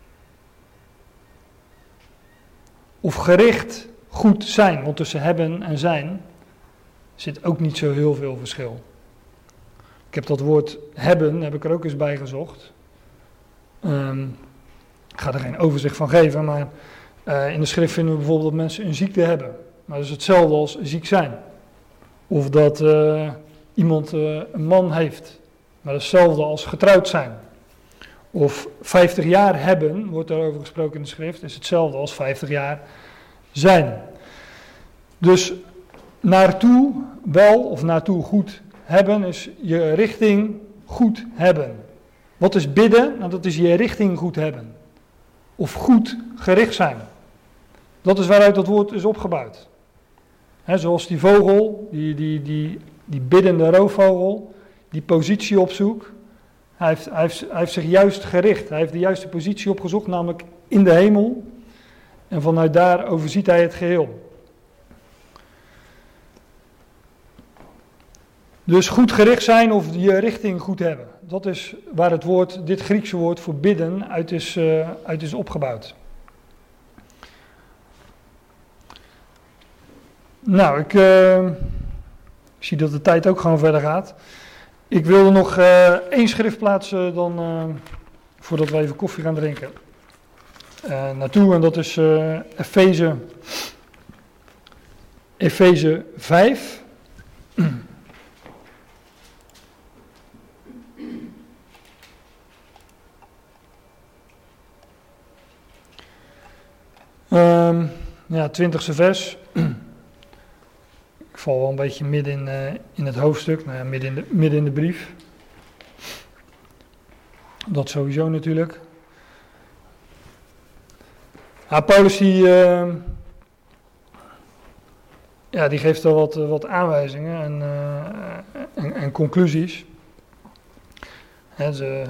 Of gericht goed zijn. Want tussen hebben en zijn zit ook niet zo heel veel verschil. Ik heb dat woord hebben, heb ik er ook eens bij gezocht. Um, ik ga er geen overzicht van geven, maar uh, in de schrift vinden we bijvoorbeeld dat mensen een ziekte hebben. Maar dat is hetzelfde als ziek zijn. Of dat uh, iemand uh, een man heeft. Maar dat is hetzelfde als getrouwd zijn. Of vijftig jaar hebben, wordt daarover gesproken in de schrift, is hetzelfde als vijftig jaar zijn. Dus naartoe wel of naartoe goed hebben is je richting goed hebben. Wat is bidden? Nou, dat is je richting goed hebben. Of goed gericht zijn. Dat is waaruit dat woord is opgebouwd. He, zoals die vogel, die, die, die, die biddende roofvogel, die positie opzoekt. Hij heeft, hij, heeft, hij heeft zich juist gericht. Hij heeft de juiste positie opgezocht, namelijk in de hemel. En vanuit daar overziet hij het geheel. Dus goed gericht zijn of je richting goed hebben. Dat is waar het woord, dit Griekse woord voor bidden uit is, uh, uit is opgebouwd. Nou, ik, uh, ik zie dat de tijd ook gewoon verder gaat. Ik wilde nog uh, één schriftplaats uh, dan, uh, voordat we even koffie gaan drinken, uh, naartoe. En dat is uh, Efeze, Efeze vijf. Um, ja, twintigste vers. Ik val wel een beetje midden in, uh, in het hoofdstuk, nou ja, midden, in de, midden in de brief. Dat sowieso natuurlijk. Ja, Paulus die, uh, ja, die geeft er wat, wat aanwijzingen en, uh, en, en conclusies. He, ze,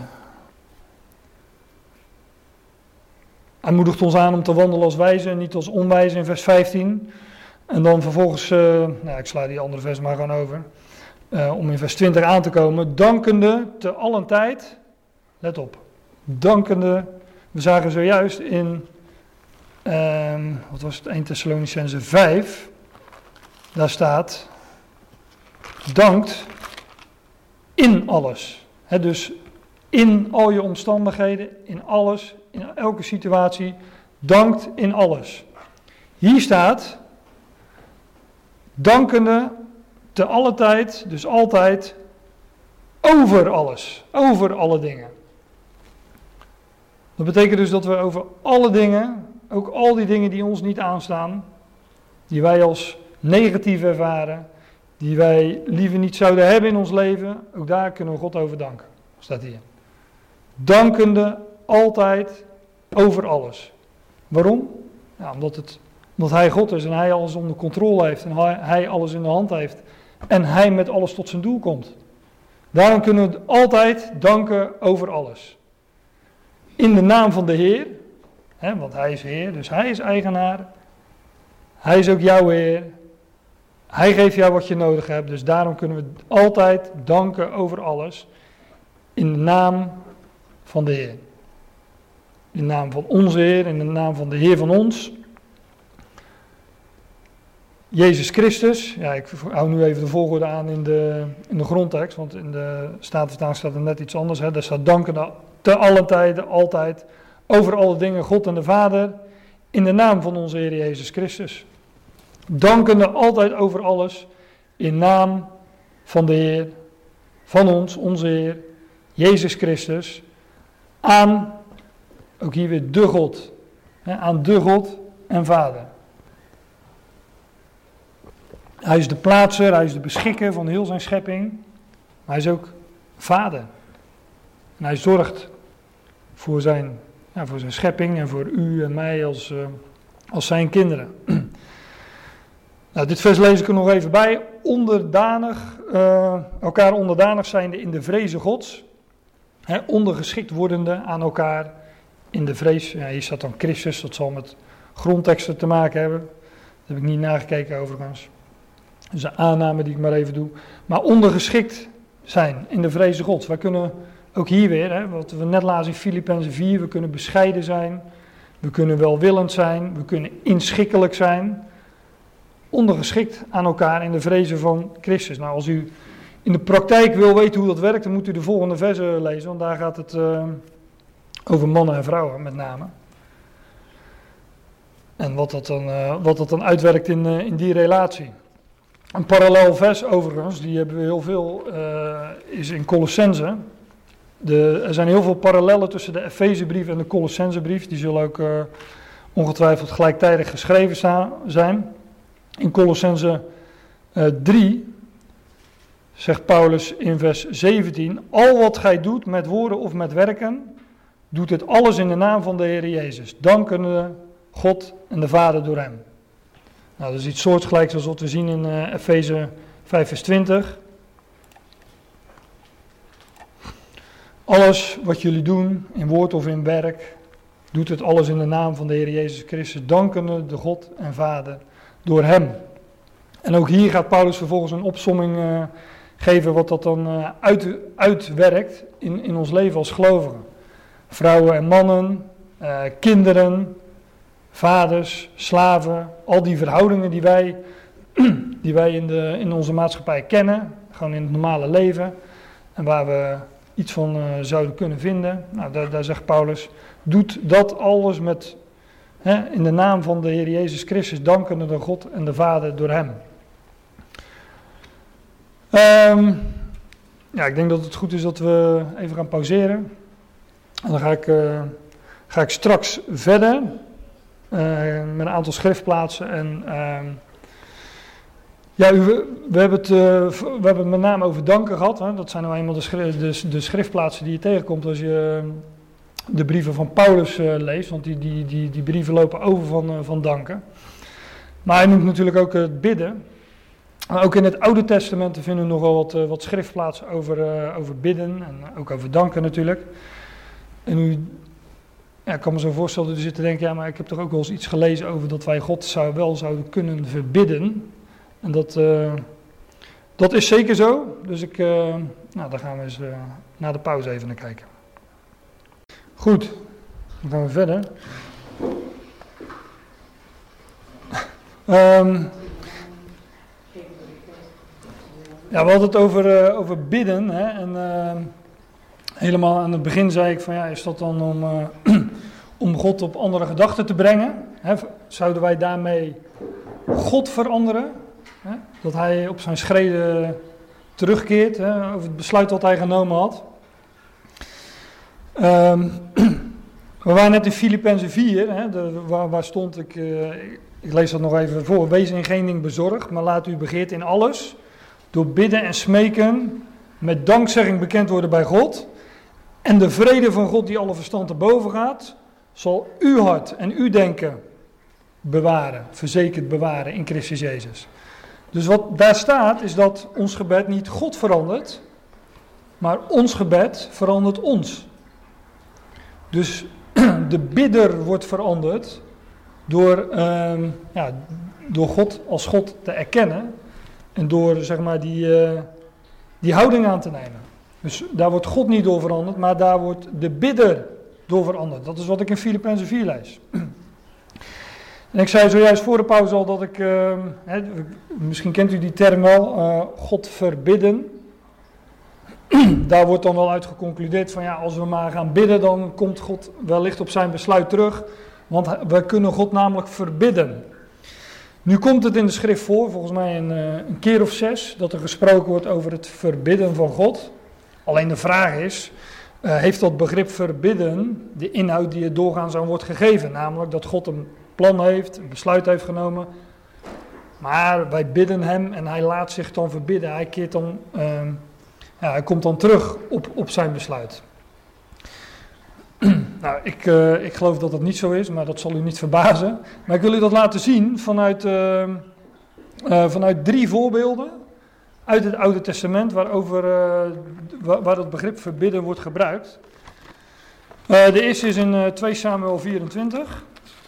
hij moedigt ons aan om te wandelen als wijzen en niet als onwijzen in vers vijftien. En dan vervolgens, uh, nou, ik sla die andere vers maar gewoon over. uh, om in vers twintig aan te komen, dankende te allen tijd, let op, dankende, we zagen zojuist in, um, wat was het, Eerste Thessalonicenzen vijf, daar staat, dankt in alles. He, dus in al je omstandigheden, in alles, in elke situatie, dankt in alles. Hier staat, dankende te alle tijd, dus altijd, over alles, over alle dingen. Dat betekent dus dat we over alle dingen, ook al die dingen die ons niet aanstaan, die wij als negatief ervaren, die wij liever niet zouden hebben in ons leven, ook daar kunnen we God over danken, staat hier. Dankende altijd over alles. Waarom? Ja, omdat, het, omdat hij God is en hij alles onder controle heeft en hij, hij alles in de hand heeft en hij met alles tot zijn doel komt. Daarom kunnen we altijd danken over alles. In de naam van de Heer, hè, want hij is Heer, dus hij is eigenaar. Hij is ook jouw Heer. Hij geeft jou wat je nodig hebt, dus daarom kunnen we altijd danken over alles. In de naam van de Heer. In de naam van onze Heer, in de naam van de Heer van ons. Jezus Christus, ja, ik hou nu even de volgorde aan in de, in de grondtekst, want in de Statenvertaling staat er net iets anders. Hè. Daar staat danken te allen tijden, altijd, over alle dingen, God en de Vader, in de naam van onze Heer Jezus Christus. Dankende altijd over alles, in naam van de Heer, van ons, onze Heer, Jezus Christus, aan, ook hier weer de God, hè, aan de God en Vader. Hij is de plaatser, hij is de beschikker van heel zijn schepping, maar hij is ook Vader. En hij zorgt voor zijn, ja, voor zijn schepping en voor u en mij als, uh, als zijn kinderen. Nou, dit vers lees ik er nog even bij. Onderdanig, uh, elkaar onderdanig zijnde in de vreze Gods. He, ondergeschikt wordende aan elkaar in de vrees. Ja, hier staat dan Christus, dat zal met grondteksten te maken hebben. Dat heb ik niet nagekeken overigens. Dus een aanname die ik maar even doe. Maar ondergeschikt zijn in de vreze Gods. Wij kunnen ook hier weer, hè, wat we net lazen in Filippenzen vier, we kunnen bescheiden zijn. We kunnen welwillend zijn. We kunnen inschikkelijk zijn. Ondergeschikt aan elkaar in de vrezen van Christus. Nou, als u in de praktijk wil weten hoe dat werkt, dan moet u de volgende versen lezen. Want daar gaat het uh, over mannen en vrouwen met name. En wat dat dan, uh, wat dat dan uitwerkt in, uh, in die relatie. Een parallel vers overigens, die hebben we heel veel, uh, is in Colossense. De, er zijn heel veel parallellen tussen de Efezebrief en de Colossensebrief. Die zullen ook uh, ongetwijfeld gelijktijdig geschreven sta- zijn. In Colossense uh, drie zegt Paulus in vers zeventien, al wat gij doet met woorden of met werken, doet het alles in de naam van de Heer Jezus, dankende God en de Vader door hem. Nou, dat is iets soortgelijks als wat we zien in uh, Efeze vijf vers twintig. Alles wat jullie doen, in woord of in werk, doet het alles in de naam van de Heer Jezus Christus, dankende de God en Vader door hem. En ook hier gaat Paulus vervolgens een opsomming uh, geven wat dat dan uh, uit, uitwerkt in, in ons leven als gelovigen. Vrouwen en mannen, uh, kinderen, vaders, slaven, al die verhoudingen die wij, die wij in, de, in onze maatschappij kennen, gewoon in het normale leven en waar we iets van uh, zouden kunnen vinden. Nou, daar, daar zegt Paulus, doet dat alles met, hè, in de naam van de Heer Jezus Christus, dankende de God en de Vader door hem. Um, ja, ik denk dat het goed is dat we even gaan pauzeren. En dan ga ik, uh, ga ik straks verder uh, met een aantal schriftplaatsen. En uh, ja, u, we, hebben het, uh, we hebben het met name over danken gehad. Hè. Dat zijn nou eenmaal de, schri- de, de schriftplaatsen die je tegenkomt als je uh, de brieven van Paulus uh, leest. Want die, die, die, die brieven lopen over van, uh, van danken. Maar hij noemt natuurlijk ook het bidden. Maar ook in het Oude Testament vinden we nogal wat, uh, wat schriftplaatsen over, uh, over bidden en ook over danken natuurlijk. En u, ja, ik kan me zo voorstellen dat u zit te denken, ja, maar ik heb toch ook wel eens iets gelezen over dat wij God zou, wel zouden kunnen verbidden. En dat, uh, dat is zeker zo. Dus ik, uh, nou, daar gaan we eens uh, na de pauze even naar kijken. Goed, dan gaan we verder. um, ja, we hadden het over, uh, over bidden. Hè, en uh, helemaal aan het begin zei ik van ja, is dat dan om, uh, om God op andere gedachten te brengen? Hè, zouden wij daarmee God veranderen? Hè, dat hij op zijn schreden terugkeert, hè, over het besluit wat hij genomen had. Um, we waren net in Filippenzen vier, hè, de, waar, waar stond, ik, uh, ik lees dat nog even voor. Wees in geen ding bezorgd, maar laat uw begeerte in alles, door bidden en smeken, met dankzegging bekend worden bij God. En de vrede van God die alle verstand te boven gaat, zal uw hart en uw denken bewaren, verzekerd bewaren in Christus Jezus. Dus wat daar staat is dat ons gebed niet God verandert, maar ons gebed verandert ons. Dus de bidder wordt veranderd door, uh, ja, door God als God te erkennen en door zeg maar die, uh, die houding aan te nemen. Dus daar wordt God niet door veranderd, maar daar wordt de bidder door veranderd. Dat is wat ik in Filippenzen vier lees. En ik zei zojuist voor de pauze al dat ik, uh, hè, misschien kent u die term wel, uh, God verbidden. Daar wordt dan wel uit geconcludeerd van ja, als we maar gaan bidden, dan komt God wellicht op zijn besluit terug. Want we kunnen God namelijk verbidden. Nu komt het in de schrift voor, volgens mij een, een keer of zes, dat er gesproken wordt over het verbidden van God. Alleen de vraag is, uh, heeft dat begrip verbidden de inhoud die er doorgaans aan wordt gegeven? Namelijk dat God een plan heeft, een besluit heeft genomen. Maar wij bidden hem en hij laat zich dan verbidden. Hij keert dan... Uh, Ja, hij komt dan terug op, op zijn besluit. Nou, ik, uh, ik geloof dat dat niet zo is, maar dat zal u niet verbazen. Maar ik wil u dat laten zien vanuit, uh, uh, vanuit drie voorbeelden uit het Oude Testament, waarover, uh, waar, waar het begrip verbidden wordt gebruikt. Uh, de eerste is in uh, twee Samuel vierentwintig.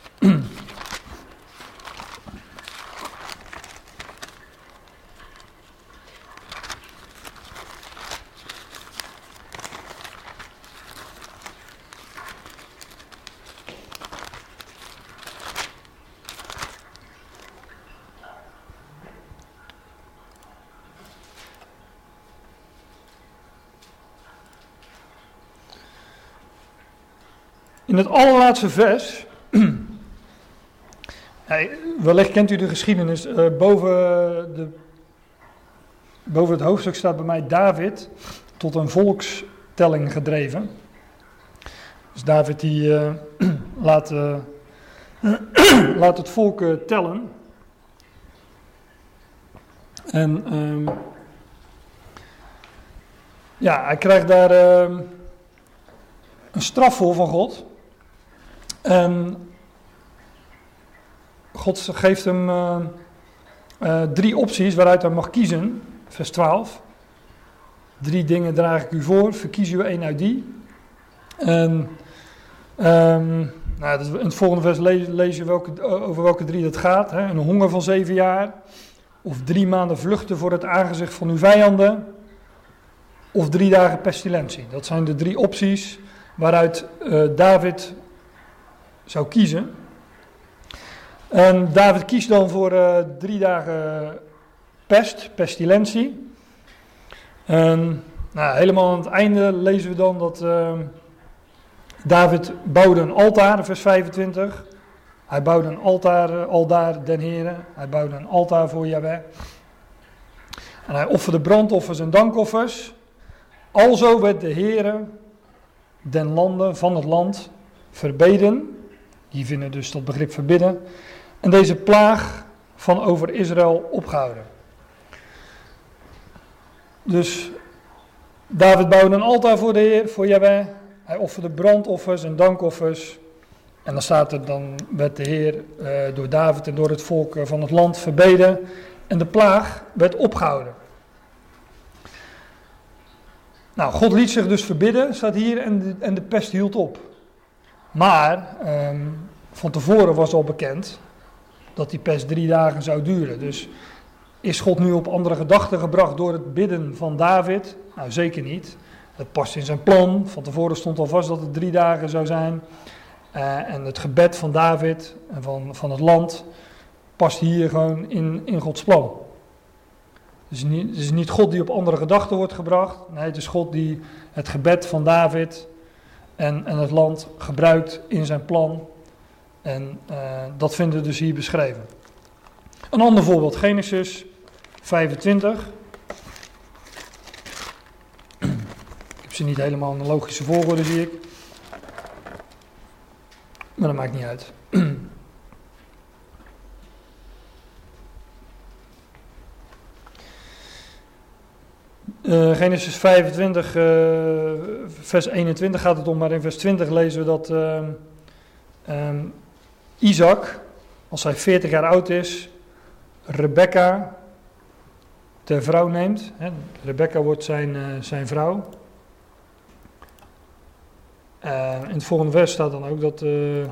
In het allerlaatste vers, wellicht kent u de geschiedenis, uh, boven, de, boven het hoofdstuk staat bij mij David tot een volkstelling gedreven. Dus David die uh, laat, uh, laat het volk uh, tellen. En um, ja, hij krijgt daar uh, een straf voor van God. En God geeft hem uh, uh, drie opties waaruit hij mag kiezen. Vers twaalf. Drie dingen draag ik u voor, verkies u één uit die. En um, nou, dat, in het volgende vers lees, lees je welke, over welke drie dat gaat. Hè? Een honger van zeven jaar. Of drie maanden vluchten voor het aangezicht van uw vijanden. Of drie dagen pestilentie. Dat zijn de drie opties waaruit uh, David zou kiezen. En David kiest dan voor uh, drie dagen pest, pestilentie. En nou, helemaal aan het einde lezen we dan dat uh, David bouwde een altaar, vers vijfentwintig. Hij bouwde een altaar, uh, aldaar den Heere. Hij bouwde een altaar voor Jahweh. En hij offerde brandoffers en dankoffers. Alzo werd de Heere den landen van het land verbeden. Hier vinden we dus dat begrip verbidden. En deze plaag van over Israël opgehouden. Dus David bouwde een altaar voor de Heer, voor Jahweh. Hij offerde brandoffers en dankoffers. En dan staat er, dan werd de Heer uh, door David en door het volk van het land verbeden. En de plaag werd opgehouden. Nou, God liet zich dus verbidden, staat hier, en de, en de pest hield op. Maar um, van tevoren was al bekend dat die pest drie dagen zou duren. Dus is God nu op andere gedachten gebracht door het bidden van David? Nou, zeker niet. Het past in zijn plan. Van tevoren stond al vast dat het drie dagen zou zijn. Uh, en het gebed van David en van, van het land past hier gewoon in, in Gods plan. Het is, niet, het is niet God die op andere gedachten wordt gebracht. Nee, het is God die het gebed van David en, en het land gebruikt in zijn plan. En uh, dat vinden we dus hier beschreven. Een ander voorbeeld, Genesis vijfentwintig. Ik heb ze niet helemaal in de logische volgorde, zie ik. Maar dat maakt niet uit. Uh, Genesis vijfentwintig, uh, vers eenentwintig gaat het om, maar in vers twintig lezen we dat uh, um, Isaac, als hij veertig jaar oud is, Rebekka ter vrouw neemt. Hè. Rebekka wordt zijn, uh, zijn vrouw. Uh, in het volgende vers staat dan ook dat uh,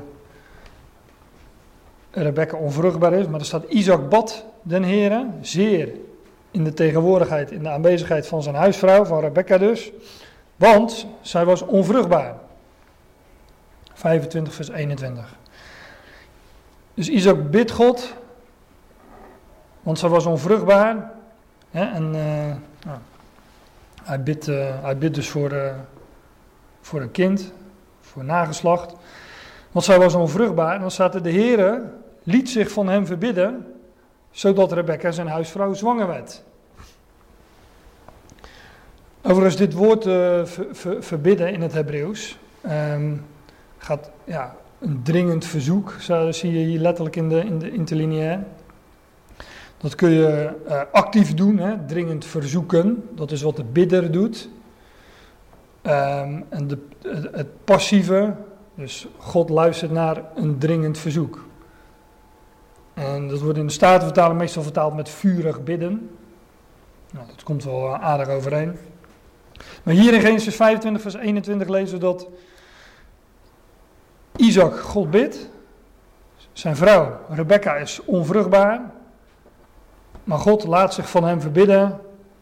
Rebekka onvruchtbaar is, maar er staat Isaac bad den Heere, zeer in de tegenwoordigheid, in de aanwezigheid van zijn huisvrouw, van Rebekka dus, want zij was onvruchtbaar. vijfentwintig vers eenentwintig. Dus Isaac bidt God, want zij was onvruchtbaar. Hè, en uh, nou, hij, bidt, uh, hij bidt dus voor, uh, voor een kind, voor nageslacht. Want zij was onvruchtbaar. En dan staat er, de Heere liet zich van hem verbidden, zodat Rebekka zijn huisvrouw zwanger werd. Overigens, dit woord uh, ver, ver, verbidden in het Hebreeuws um, gaat, ja, een dringend verzoek, zo zie je hier letterlijk in de, in de interlineair. Dat kun je uh, actief doen, hè, dringend verzoeken, dat is wat de bidder doet. Um, en de, het, het passieve, dus God luistert naar een dringend verzoek. En dat wordt in de Statenvertaling meestal vertaald met vurig bidden. Nou, dat komt wel aardig overeen. Maar hier in Genesis vijfentwintig vers eenentwintig lezen we dat Isaac God bidt. Zijn vrouw Rebekka is onvruchtbaar. Maar God laat zich van hem verbidden.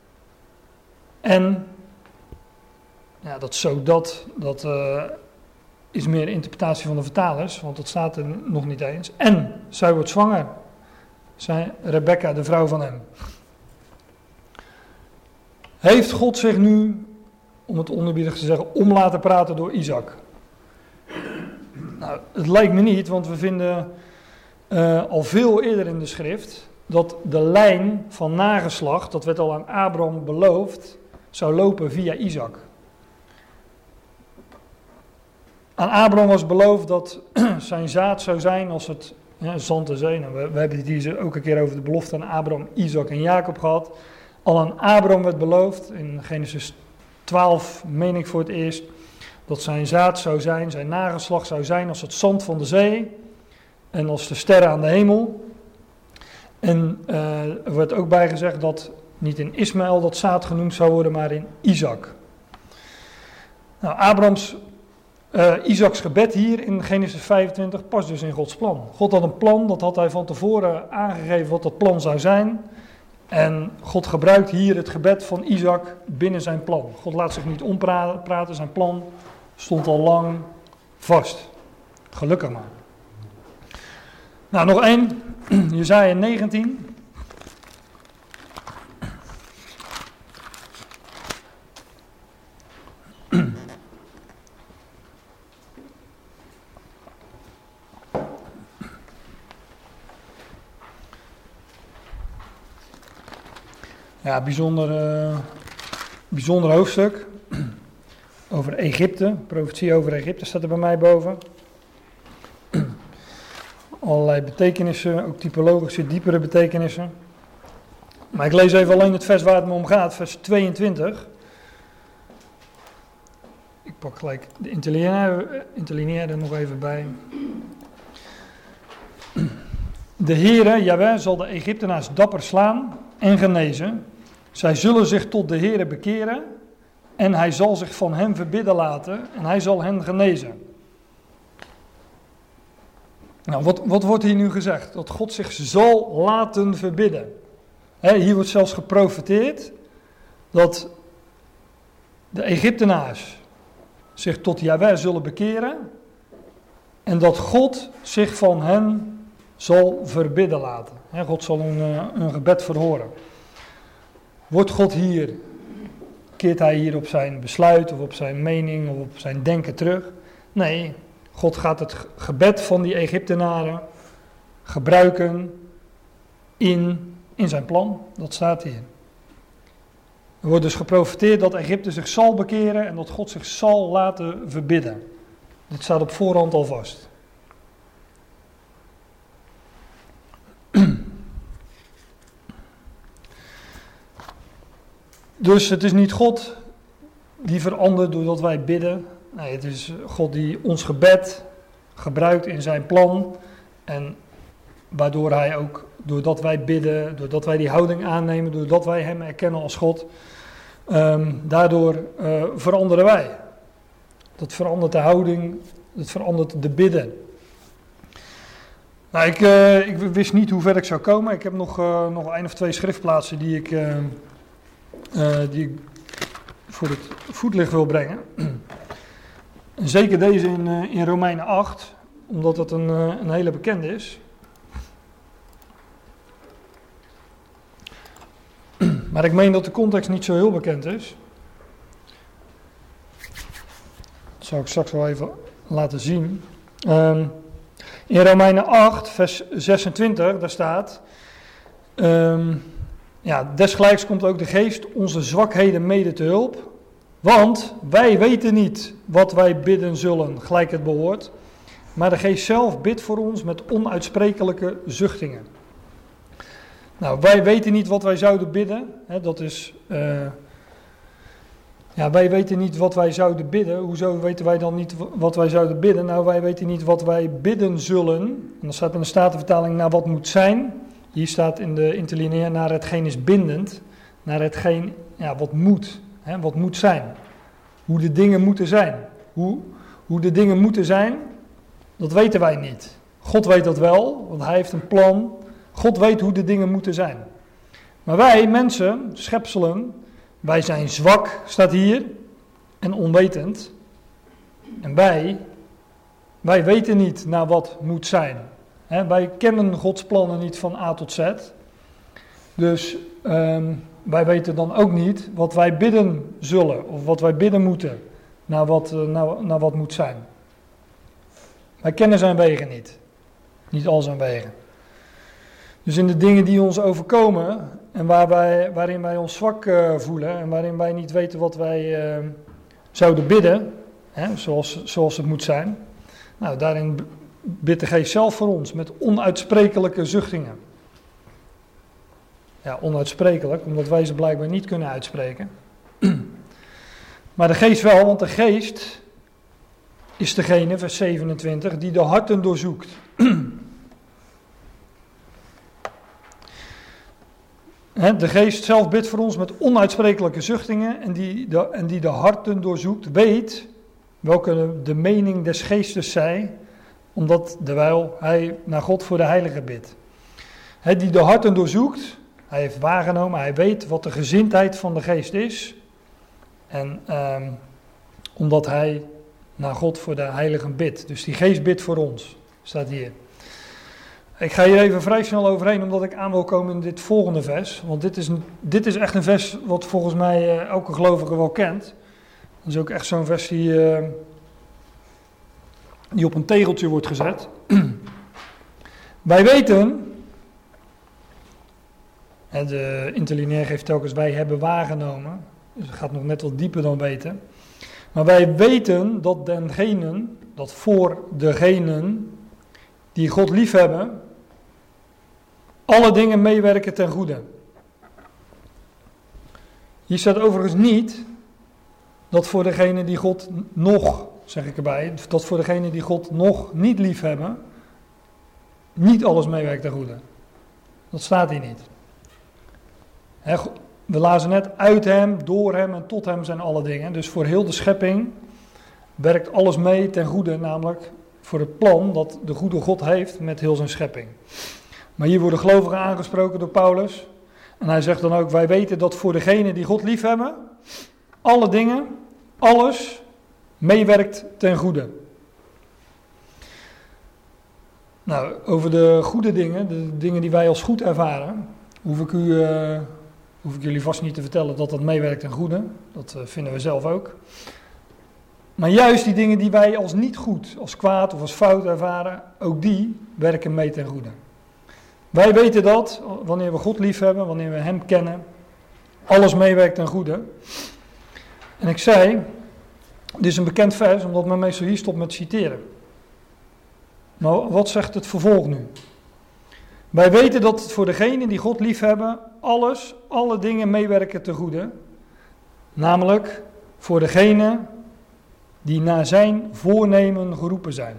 En ja, dat zodat, dat uh, is meer interpretatie van de vertalers, want dat staat er nog niet eens. En zij wordt zwanger. Zij, Rebekka, de vrouw van hem. Heeft God zich nu, om het onerbiedig te zeggen, om laten praten door Isaac? Nou, het lijkt me niet, want we vinden uh, al veel eerder in de schrift dat de lijn van nageslacht, dat werd al aan Abraham beloofd, zou lopen via Isaac. Aan Abraham was beloofd dat zijn zaad zou zijn als het ja, zand en zee. Nou, we, we hebben het hier ook een keer over de belofte aan Abraham, Isaac en Jacob gehad. Al aan Abraham werd beloofd, in Genesis twaalf meen ik voor het eerst, dat zijn zaad zou zijn, zijn nageslacht zou zijn als het zand van de zee en als de sterren aan de hemel. En uh, er werd ook bij gezegd dat niet in Ismaël dat zaad genoemd zou worden, maar in Isaac. Nou, Abrahams, uh, Isaacs gebed hier in Genesis vijfentwintig past dus in Gods plan. God had een plan, dat had hij van tevoren aangegeven wat dat plan zou zijn. En God gebruikt hier het gebed van Isaac binnen zijn plan. God laat zich niet ompraten, zijn plan stond al lang vast. Gelukkig maar. Nou, nog één. Jesaja negentien. Ja, bijzonder, uh, bijzonder hoofdstuk. Over Egypte. Profetie over Egypte staat er bij mij boven. Allerlei betekenissen, ook typologische, diepere betekenissen. Maar ik lees even alleen het vers waar het me om gaat, vers tweeëntwintig. Ik pak gelijk de interlineaire, interlineaire er nog even bij. De Heere, Jahweh, zal de Egyptenaars dapper slaan en genezen. Zij zullen zich tot de Heere bekeren en hij zal zich van hen verbidden laten en hij zal hen genezen. Nou, wat, wat wordt hier nu gezegd? Dat God zich zal laten verbidden. He, hier wordt zelfs geprofeteerd dat de Egyptenaars zich tot Jahweh zullen bekeren en dat God zich van hen zal verbidden laten. He, God zal een, een gebed verhoren. Wordt God hier, keert hij hier op zijn besluit of op zijn mening of op zijn denken terug? Nee, God gaat het gebed van die Egyptenaren gebruiken in, in zijn plan. Dat staat hier. Er wordt dus geprofeteerd dat Egypte zich zal bekeren en dat God zich zal laten verbidden. Dit staat op voorhand al vast. Dus het is niet God die verandert doordat wij bidden. Nee, het is God die ons gebed gebruikt in zijn plan. En waardoor hij ook, doordat wij bidden, doordat wij die houding aannemen, doordat wij hem erkennen als God, um, daardoor uh, veranderen wij. Dat verandert de houding, dat verandert de bidden. Nou, ik, uh, ik wist niet hoe ver ik zou komen. Ik heb nog, uh, nog één of twee schriftplaatsen die ik, uh, uh, die ik voor het voetlicht wil brengen. Zeker deze in, uh, in Romeinen acht, omdat het een, uh, een hele bekende is. Maar ik meen dat de context niet zo heel bekend is. Dat zal ik straks wel even laten zien. Um, in Romeinen acht, vers zesentwintig, daar staat... Um, ja, desgelijks komt ook de geest onze zwakheden mede te hulp. Want wij weten niet wat wij bidden zullen, gelijk het behoort. Maar de geest zelf bidt voor ons met onuitsprekelijke zuchtingen. Nou, wij weten niet wat wij zouden bidden. Hè, dat is... Uh, ja, wij weten niet wat wij zouden bidden. Hoezo weten wij dan niet wat wij zouden bidden? Nou, wij weten niet wat wij bidden zullen. En dan staat in de Statenvertaling naar wat moet zijn. Hier staat in de interlineair naar hetgeen is bindend. Naar hetgeen, ja, wat moet. Hè, wat moet zijn. Hoe de dingen moeten zijn. Hoe, hoe de dingen moeten zijn, dat weten wij niet. God weet dat wel, want hij heeft een plan. God weet hoe de dingen moeten zijn. Maar wij, mensen, schepselen, wij zijn zwak, staat hier, en onwetend. En wij, wij weten niet naar wat moet zijn. He, wij kennen Gods plannen niet van A tot Z. Dus um, wij weten dan ook niet wat wij bidden zullen, of wat wij bidden moeten, naar wat, uh, naar, naar wat moet zijn. Wij kennen zijn wegen niet. Niet al zijn wegen. Dus in de dingen die ons overkomen en waar wij, waarin wij ons zwak uh, voelen en waarin wij niet weten wat wij uh, zouden bidden, hè, zoals, zoals het moet zijn, nou, daarin bidt de Geest zelf voor ons met onuitsprekelijke zuchtingen. Ja, onuitsprekelijk, omdat wij ze blijkbaar niet kunnen uitspreken. Maar de Geest wel, want de Geest is degene, vers zevenentwintig, die de harten doorzoekt. De Geest zelf bidt voor ons met onuitsprekelijke zuchtingen en die, de, en die de harten doorzoekt, weet welke de mening des Geestes zij, omdat terwijl hij naar God voor de Heilige bidt. He, die de harten doorzoekt, hij heeft waargenomen, hij weet wat de gezindheid van de Geest is. En um, omdat hij naar God voor de Heiligen bidt. Dus die Geest bidt voor ons, staat hier. Ik ga hier even vrij snel overheen, omdat ik aan wil komen in dit volgende vers. Want dit is, dit is echt een vers wat volgens mij uh, elke gelovige wel kent. Dat is ook echt zo'n vers die, uh, die op een tegeltje wordt gezet. Wij weten, en de interlineair geeft telkens wij hebben waargenomen. Dus het gaat nog net wat dieper dan weten. Maar wij weten dat dengenen, dat voor degenen die God liefhebben, alle dingen meewerken ten goede. Hier staat overigens niet dat voor degenen die God nog, zeg ik erbij, dat voor degenen die God nog niet liefhebben, niet alles meewerkt ten goede. Dat staat hier niet. He, we lazen net, uit hem, door hem en tot hem zijn alle dingen. Dus voor heel de schepping werkt alles mee ten goede, namelijk voor het plan dat de goede God heeft met heel zijn schepping. Maar hier worden gelovigen aangesproken door Paulus. En hij zegt dan ook, wij weten dat voor degenen die God lief hebben, alle dingen, alles meewerkt ten goede. Nou, over de goede dingen, de dingen die wij als goed ervaren, hoef ik, u, uh, hoef ik jullie vast niet te vertellen dat dat meewerkt ten goede. Dat uh, vinden we zelf ook. Maar juist die dingen die wij als niet goed, als kwaad of als fout ervaren, ook die werken mee ten goede. Wij weten dat, wanneer we God lief hebben, wanneer we Hem kennen, alles meewerkt ten goede. En ik zei, dit is een bekend vers, omdat men meestal hier stopt met citeren. Maar wat zegt het vervolg nu? Wij weten dat het voor degenen die God lief hebben, alles, alle dingen meewerken ten goede. Namelijk voor degenen die naar zijn voornemen geroepen zijn.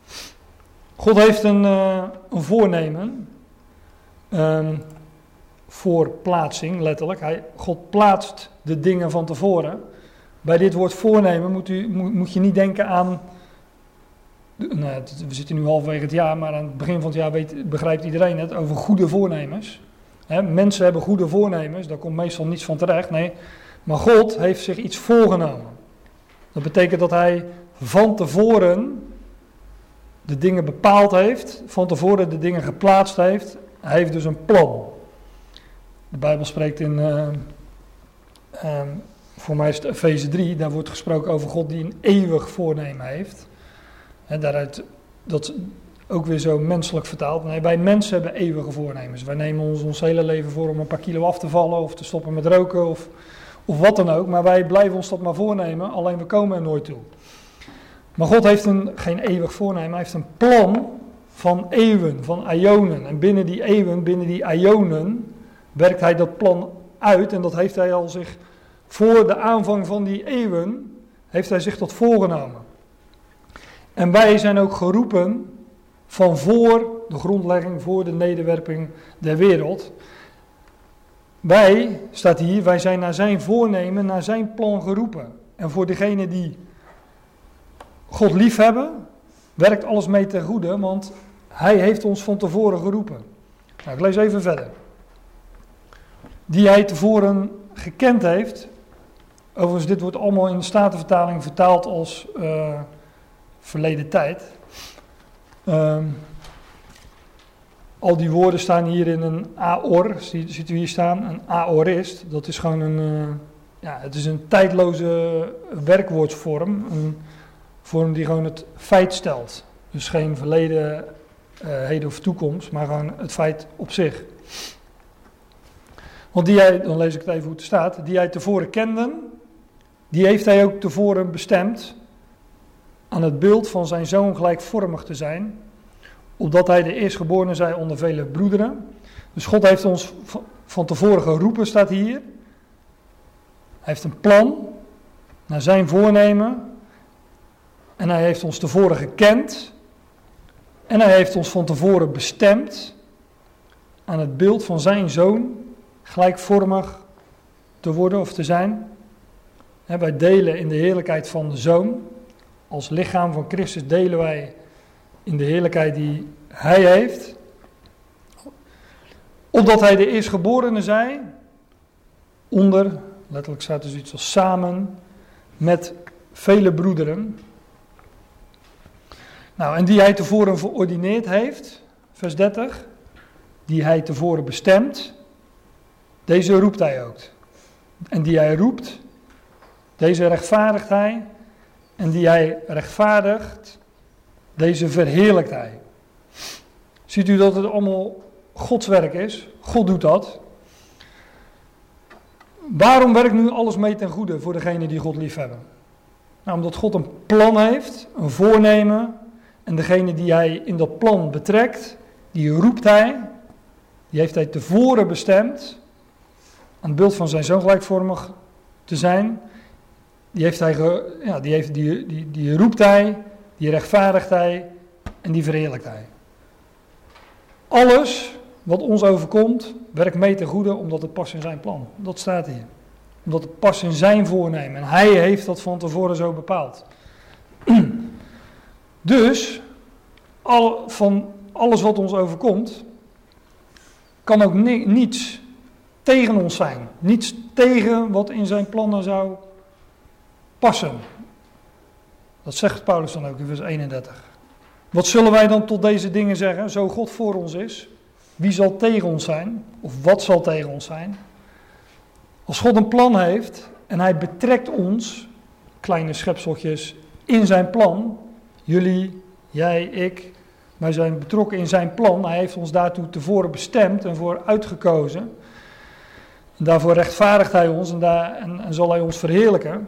God heeft een, uh, een voornemen um, voor plaatsing, letterlijk. Hij, God plaatst de dingen van tevoren. Bij dit woord voornemen moet, u, moet, moet je niet denken aan... Nou, we zitten nu halverwege het jaar, maar aan het begin van het jaar weet, begrijpt iedereen het over goede voornemens. He, mensen hebben goede voornemens, daar komt meestal niets van terecht. Nee, maar God heeft zich iets voorgenomen. Dat betekent dat hij van tevoren de dingen bepaald heeft, van tevoren de dingen geplaatst heeft. Hij heeft dus een plan. De Bijbel spreekt in, uh, uh, voor mij is het Efeze drie, daar wordt gesproken over God die een eeuwig voornemen heeft. En daaruit, dat is ook weer zo menselijk vertaald. Nee, wij mensen hebben eeuwige voornemens. Wij nemen ons ons hele leven voor om een paar kilo af te vallen of te stoppen met roken of, of wat dan ook. Maar wij blijven ons dat maar voornemen, alleen we komen er nooit toe. Maar God heeft een, geen eeuwig voornemen, hij heeft een plan van eeuwen, van aionen. En binnen die eeuwen, binnen die aionen, werkt hij dat plan uit. En dat heeft hij al zich, voor de aanvang van die eeuwen, heeft hij zich tot voorgenomen. En wij zijn ook geroepen van voor de grondlegging, voor de nederwerping der wereld. Wij, staat hier, wij zijn naar zijn voornemen, naar zijn plan geroepen. En voor degenen die God lief hebben, werkt alles mee ten goede, want hij heeft ons van tevoren geroepen. Nou, ik lees even verder. Die hij tevoren gekend heeft. Overigens, dit wordt allemaal in de Statenvertaling vertaald als uh, verleden tijd. Um, al die woorden staan hier in een aor, ziet u hier staan, een aorist. Dat is gewoon een, uh, ja, het is een tijdloze werkwoordsvorm, een vorm die gewoon het feit stelt. Dus geen verleden, uh, heden of toekomst, maar gewoon het feit op zich. Want die hij, dan lees ik het even hoe het staat, die hij tevoren kende, die heeft hij ook tevoren bestemd aan het beeld van zijn zoon gelijkvormig te zijn, opdat hij de eerstgeborene zij onder vele broederen. Dus God heeft ons van tevoren geroepen, staat hier. Hij heeft een plan naar zijn voornemen. En hij heeft ons tevoren gekend. En hij heeft ons van tevoren bestemd aan het beeld van zijn zoon gelijkvormig te worden of te zijn. He, wij delen in de heerlijkheid van de zoon. Als lichaam van Christus delen wij in de heerlijkheid die hij heeft. Opdat hij de eerstgeborene zij, onder, letterlijk staat er zoiets als samen, met vele broederen. Nou, en die hij tevoren verordineerd heeft, vers dertig, die hij tevoren bestemt, deze roept hij ook. En die hij roept, deze rechtvaardigt hij. En die hij rechtvaardigt, deze verheerlijkt hij. Ziet u dat het allemaal Gods werk is? God doet dat. Waarom werkt nu alles mee ten goede voor degenen die God lief hebben? Nou, omdat God een plan heeft, een voornemen. En degene die hij in dat plan betrekt, die roept hij. Die heeft hij tevoren bestemd aan het beeld van zijn zoon gelijkvormig te zijn. Die, heeft hij ge, ja, die, heeft, die, die, die roept hij, die rechtvaardigt hij en die verheerlijkt hij. Alles wat ons overkomt, werkt mee ten goede omdat het past in zijn plan. Dat staat hier. Omdat het past in zijn voornemen. En hij heeft dat van tevoren zo bepaald. Dus, al, van alles wat ons overkomt, kan ook ni- niets tegen ons zijn. Niets tegen wat in zijn plannen zou passen. Dat zegt Paulus dan ook in vers eenendertig. Wat zullen wij dan tot deze dingen zeggen? Zo God voor ons is, wie zal tegen ons zijn? Of wat zal tegen ons zijn? Als God een plan heeft en hij betrekt ons, kleine schepseltjes, in zijn plan. Jullie, jij, ik, wij zijn betrokken in zijn plan. Hij heeft ons daartoe tevoren bestemd en voor uitgekozen. En daarvoor rechtvaardigt hij ons en, daar, en, en zal hij ons verheerlijken.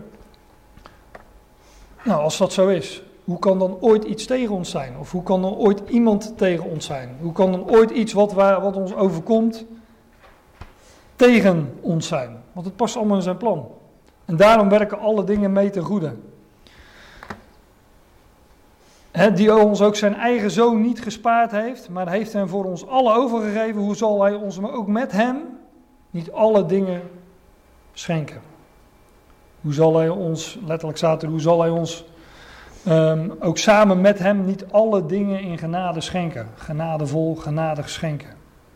Nou, als dat zo is, hoe kan dan ooit iets tegen ons zijn? Of hoe kan dan ooit iemand tegen ons zijn? Hoe kan dan ooit iets wat, waar, wat ons overkomt tegen ons zijn? Want het past allemaal in zijn plan. En daarom werken alle dingen mee ten goede. He, die ons ook zijn eigen zoon niet gespaard heeft, maar heeft hem voor ons alle overgegeven. Hoe zal hij ons ook met hem niet alle dingen schenken? Hoe zal hij ons, letterlijk staat er, hoe zal hij ons um, ook samen met hem niet alle dingen in genade schenken? Genadevol, genadig schenken.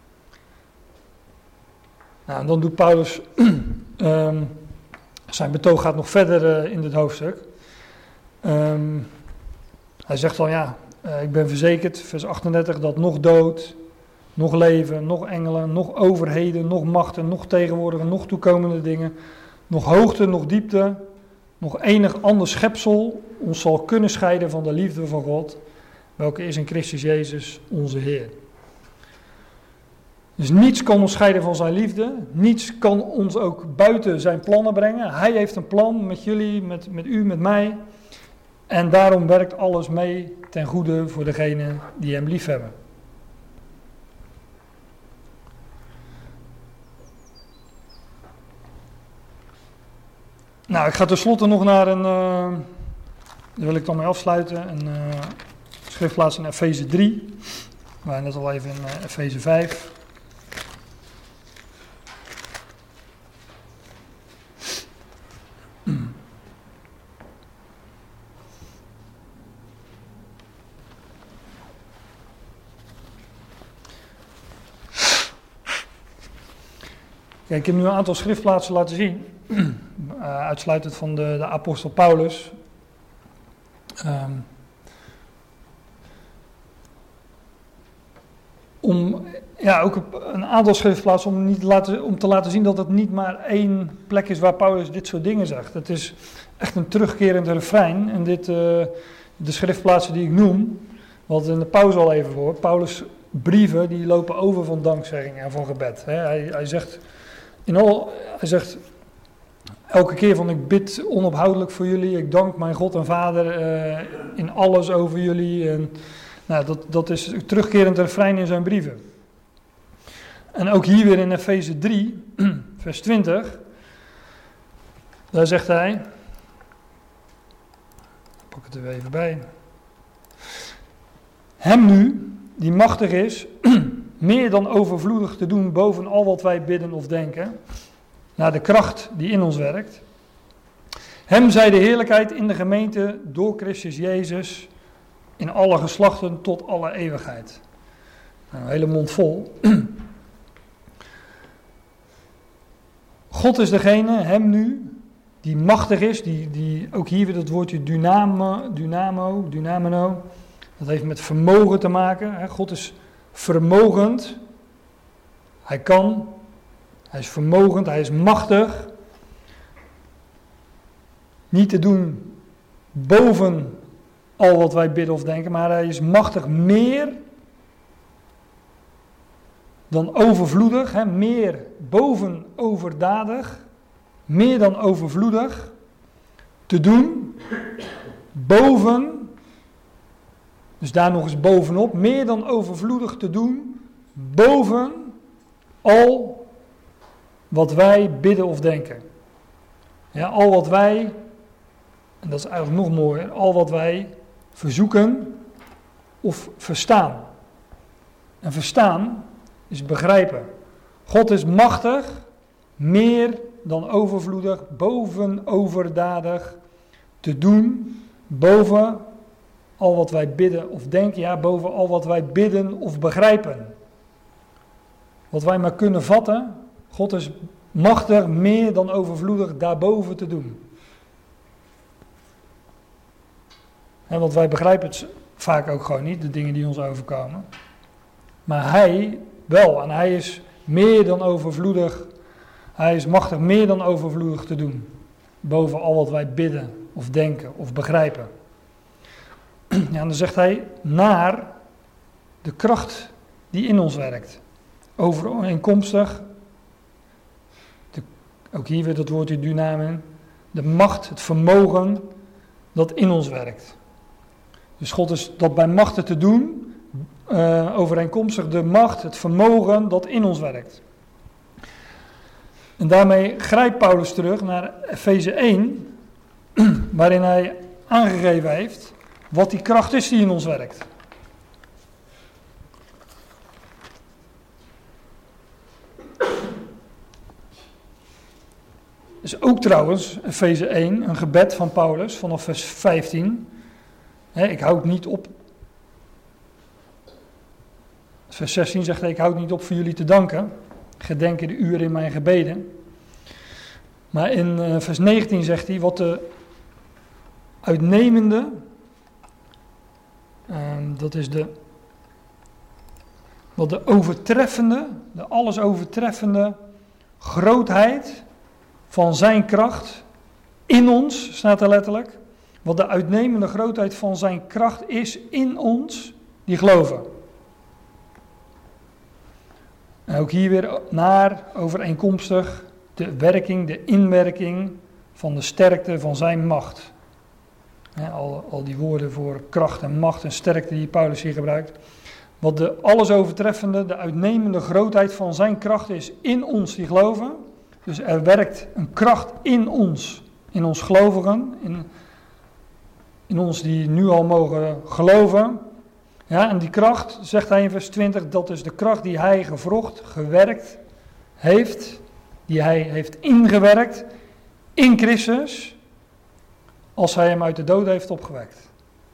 Nou, en dan doet Paulus, um, zijn betoog gaat nog verder uh, in dit hoofdstuk. Um, hij zegt dan, ja, uh, ik ben verzekerd, vers achtendertig, dat nog dood, nog leven, nog engelen, nog overheden, nog machten, nog tegenwoordige, nog toekomende dingen, nog hoogte, nog diepte, nog enig ander schepsel ons zal kunnen scheiden van de liefde van God, welke is in Christus Jezus onze Heer. Dus niets kan ons scheiden van zijn liefde, niets kan ons ook buiten zijn plannen brengen. Hij heeft een plan met jullie, met, met u, met mij. En daarom werkt alles mee ten goede voor degenen die hem liefhebben. Nou, ik ga tenslotte nog naar een, uh, daar wil ik dan mee afsluiten, een uh, schriftplaats in Efeze drie. We waren net al even in uh, Efeze vijf. Kijk, ik heb nu een aantal schriftplaatsen laten zien, uh, uitsluitend van de, de apostel Paulus. Um, om ja, ook een aantal schriftplaatsen om, niet laten, om te laten zien dat het niet maar één plek is waar Paulus dit soort dingen zegt. Het is echt een terugkerend refrein. En dit, uh, de schriftplaatsen die ik noem, wat in de pauze al even voor, Paulus' brieven die lopen over van dankzegging en van gebed. He, hij, hij zegt... In al, hij zegt elke keer van ik bid onophoudelijk voor jullie, ik dank mijn God en Vader uh, in alles over jullie. En, nou, dat, dat is een terugkerend refrein in zijn brieven. En ook hier weer in Efeze drie, vers twintig, daar zegt hij, ik pak het er weer even bij, hem nu, die machtig is, meer dan overvloedig te doen boven al wat wij bidden of denken, naar de kracht die in ons werkt. Hem zij de heerlijkheid in de gemeente door Christus Jezus in alle geslachten tot alle eeuwigheid. Nou, een hele mond vol. God is degene, hem nu, die machtig is, die, die ook hier weer dat woordje dynamo, dynamo, dynamino, dat heeft met vermogen te maken. Hè. God is vermogend, hij kan, hij is vermogend, hij is machtig. Niet te doen boven al wat wij bidden of denken, maar hij is machtig meer dan overvloedig, hè, meer boven overdadig, meer dan overvloedig te doen, boven, dus daar nog eens bovenop, meer dan overvloedig te doen, boven al wat wij bidden of denken. Ja, al wat wij, en dat is eigenlijk nog mooier, al wat wij verzoeken of verstaan. En verstaan is begrijpen. God is machtig, meer dan overvloedig, boven overdadig te doen, boven al wat wij bidden of denken, ja, boven al wat wij bidden of begrijpen. Wat wij maar kunnen vatten, God is machtig meer dan overvloedig daarboven te doen. He, want wij begrijpen het vaak ook gewoon niet, de dingen die ons overkomen. Maar hij wel, en hij is meer dan overvloedig. Hij is machtig meer dan overvloedig te doen. Boven al wat wij bidden of denken of begrijpen. Ja, en dan zegt hij, naar de kracht die in ons werkt. Overeenkomstig, de, ook hier weer dat woordje dynamen, de macht, het vermogen dat in ons werkt. Dus God is dat bij machten te doen, uh, overeenkomstig de macht, het vermogen dat in ons werkt. En daarmee grijpt Paulus terug naar Efeze één, waarin hij aangegeven heeft wat die kracht is die in ons werkt. Dus ook trouwens, Efeze één, een gebed van Paulus vanaf vers vijftien. He, ik houd niet op. Vers zestien zegt hij, ik houd niet op voor jullie te danken. Gedenken de uren in mijn gebeden. Maar in uh, vers negentien zegt hij, wat de uitnemende, uh, dat is de, wat de overtreffende, de alles overtreffende grootheid van zijn kracht in ons, staat er letterlijk. Wat de uitnemende grootheid van zijn kracht is in ons, die geloven. En ook hier weer naar overeenkomstig de werking, de inwerking van de sterkte van zijn macht. He, al, al die woorden voor kracht en macht en sterkte die Paulus hier gebruikt. Wat de alles overtreffende, de uitnemende grootheid van zijn kracht is in ons die geloven. Dus er werkt een kracht in ons, in ons gelovigen, in, in ons die nu al mogen geloven. Ja, en die kracht, zegt hij in vers twintig, dat is de kracht die hij gewrocht, gewerkt heeft, die hij heeft ingewerkt in Christus, als hij hem uit de dood heeft opgewekt.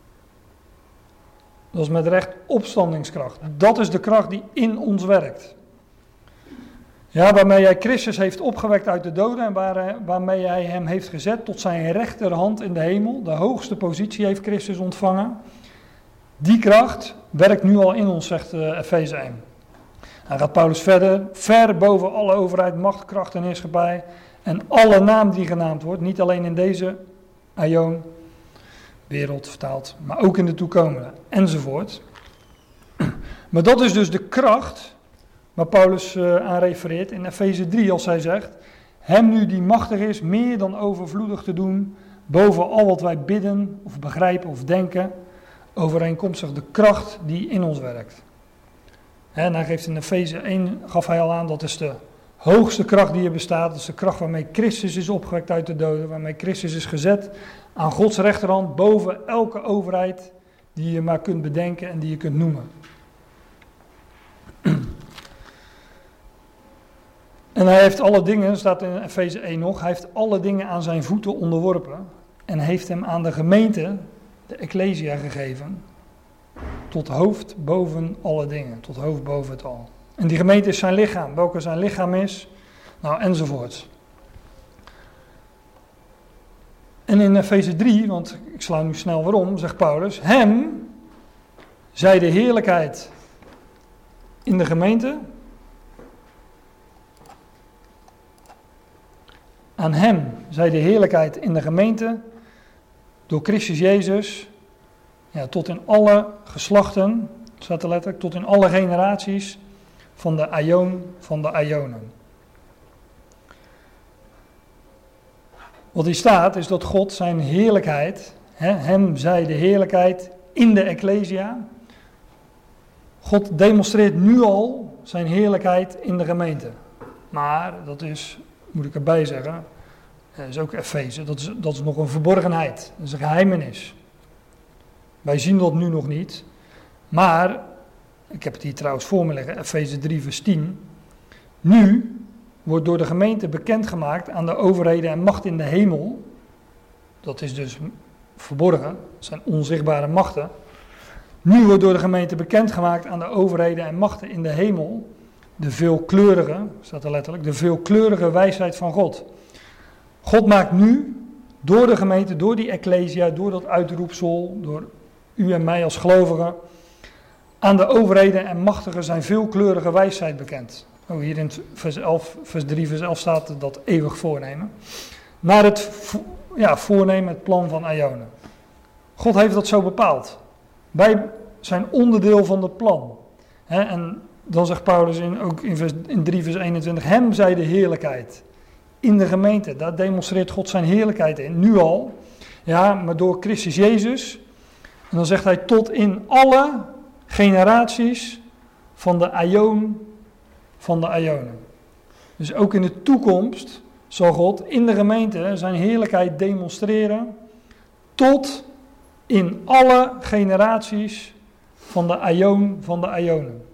Dat is met recht opstandingskracht. Dat is de kracht die in ons werkt. Ja, waarmee hij Christus heeft opgewekt uit de doden en waar, waarmee hij hem heeft gezet tot zijn rechterhand in de hemel. De hoogste positie heeft Christus ontvangen. Die kracht werkt nu al in ons, zegt uh, Efeze één. Dan gaat Paulus verder, ver boven alle overheid, macht, kracht en heerschappij en alle naam die genaamd wordt, niet alleen in deze aion, wereld vertaald, maar ook in de toekomende, enzovoort. Maar dat is dus de kracht waar Paulus uh, aan refereert in Efeze drie, als hij zegt, hem nu die machtig is meer dan overvloedig te doen, boven al wat wij bidden of begrijpen of denken, overeenkomstig de kracht die in ons werkt. En hij geeft in Efeze één, gaf hij al aan, dat is de hoogste kracht die er bestaat. Dat is de kracht waarmee Christus is opgewekt uit de doden, waarmee Christus is gezet aan Gods rechterhand boven elke overheid die je maar kunt bedenken en die je kunt noemen. En hij heeft alle dingen, staat in Efeze één nog, hij heeft alle dingen aan zijn voeten onderworpen en heeft hem aan de gemeente, de Ecclesia, gegeven, tot hoofd boven alle dingen, tot hoofd boven het al. En die gemeente is zijn lichaam, welke zijn lichaam is, nou enzovoort. En in Efeze drie, want ik sla nu snel weer om, zegt Paulus, hem zij de heerlijkheid in de gemeente, aan hem zij de heerlijkheid in de gemeente, door Christus Jezus, ja, tot in alle geslachten, staat er letterlijk, tot in alle generaties van de aion van de aionen. Wat hier staat is dat God zijn heerlijkheid, hè, hem zij de heerlijkheid in de Ecclesia. God demonstreert nu al zijn heerlijkheid in de gemeente. Maar dat is, moet ik erbij zeggen, dat is ook Efeze, dat is, dat is nog een verborgenheid, dat is een geheimenis. Wij zien dat nu nog niet, maar, ik heb het hier trouwens voor me liggen, Efeze drie vers tien. Nu wordt door de gemeente bekendgemaakt aan de overheden en macht in de hemel. Dat is dus verborgen, dat zijn onzichtbare machten. Nu wordt door de gemeente bekendgemaakt aan de overheden en machten in de hemel de veelkleurige, staat er letterlijk, de veelkleurige wijsheid van God. God maakt nu, door de gemeente, door die ecclesia, door dat uitroepsel, door u en mij als gelovigen, aan de overheden en machtigen zijn veelkleurige wijsheid bekend. Oh, hier in vers, elf, vers drie, vers elf staat dat eeuwig voornemen. Naar het ja, voornemen, het plan van Aionen. God heeft dat zo bepaald. Wij zijn onderdeel van het plan. He, en dan zegt Paulus in, ook in, vers, in drie vers eenentwintig, hem zij de heerlijkheid. In de gemeente, daar demonstreert God zijn heerlijkheid in, nu al. Ja, maar door Christus Jezus. En dan zegt hij tot in alle generaties van de Aion van de Aionen. Dus ook in de toekomst zal God in de gemeente zijn heerlijkheid demonstreren tot in alle generaties van de Aion van de Aionen.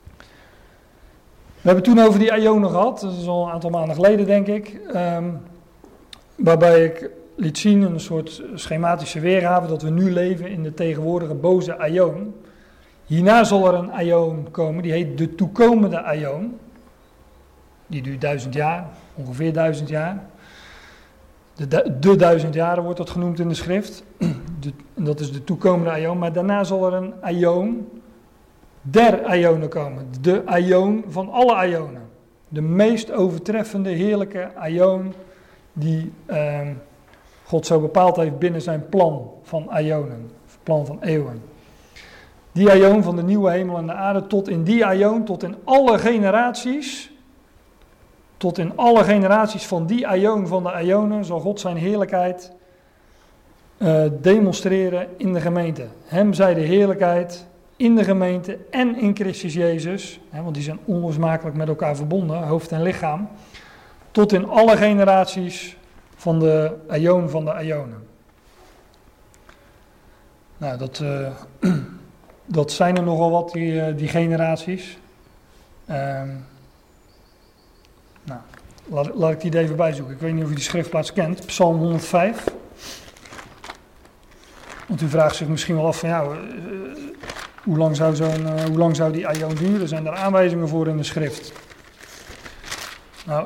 We hebben toen over die Aionen gehad, dat is al een aantal maanden geleden denk ik, um, waarbij ik liet zien, een soort schematische weergave, dat we nu leven in de tegenwoordige boze Aion. Hierna zal er een Aion komen, die heet de toekomende Aion. Die duurt duizend jaar, ongeveer duizend jaar. De, de, de duizend jaren wordt dat genoemd in de schrift. De, dat is de toekomende Aion. Maar daarna zal er een Aion der Aionen komen. De Aion van alle Aionen. De meest overtreffende, heerlijke Aion die eh, God zo bepaald heeft binnen zijn plan van Aionen. Plan van eeuwen. Die Aion van de nieuwe hemel en de aarde, tot in die Aion, tot in alle generaties, tot in alle generaties van die Aion van de Aionen, zal God zijn heerlijkheid uh, demonstreren in de gemeente. Hem zij de heerlijkheid in de gemeente en in Christus Jezus, hè, want die zijn onlosmakelijk met elkaar verbonden, hoofd en lichaam, tot in alle generaties van de Aion van de Aionen. Nou, dat... Uh, Dat zijn er nogal wat, die, die generaties. Um, nou, laat, laat ik die er even bijzoeken. Ik weet niet of u die schriftplaats kent. Psalm honderdvijf. Want u vraagt zich misschien wel af van ja, uh, hoe, lang zou zo'n, uh, hoe lang zou die Aion duren? Zijn er aanwijzingen voor in de schrift? Nou,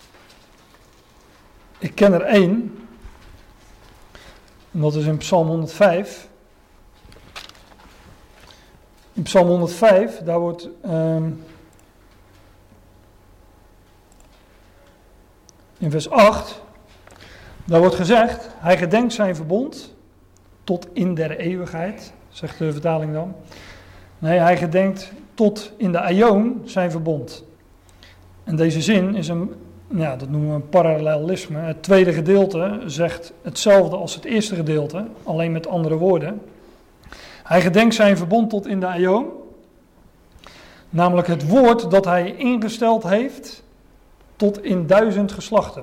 ik ken er één. En dat is in Psalm honderdvijf. In Psalm honderdvijf, daar wordt um, in vers acht, daar wordt gezegd, hij gedenkt zijn verbond tot in der eeuwigheid, zegt de vertaling dan. Nee, hij gedenkt tot in de Aion zijn verbond. En deze zin is een, ja, dat noemen we een parallelisme. Het tweede gedeelte zegt hetzelfde als het eerste gedeelte, alleen met andere woorden. Hij gedenkt zijn verbond tot in de Aion, namelijk het woord dat hij ingesteld heeft tot in duizend geslachten.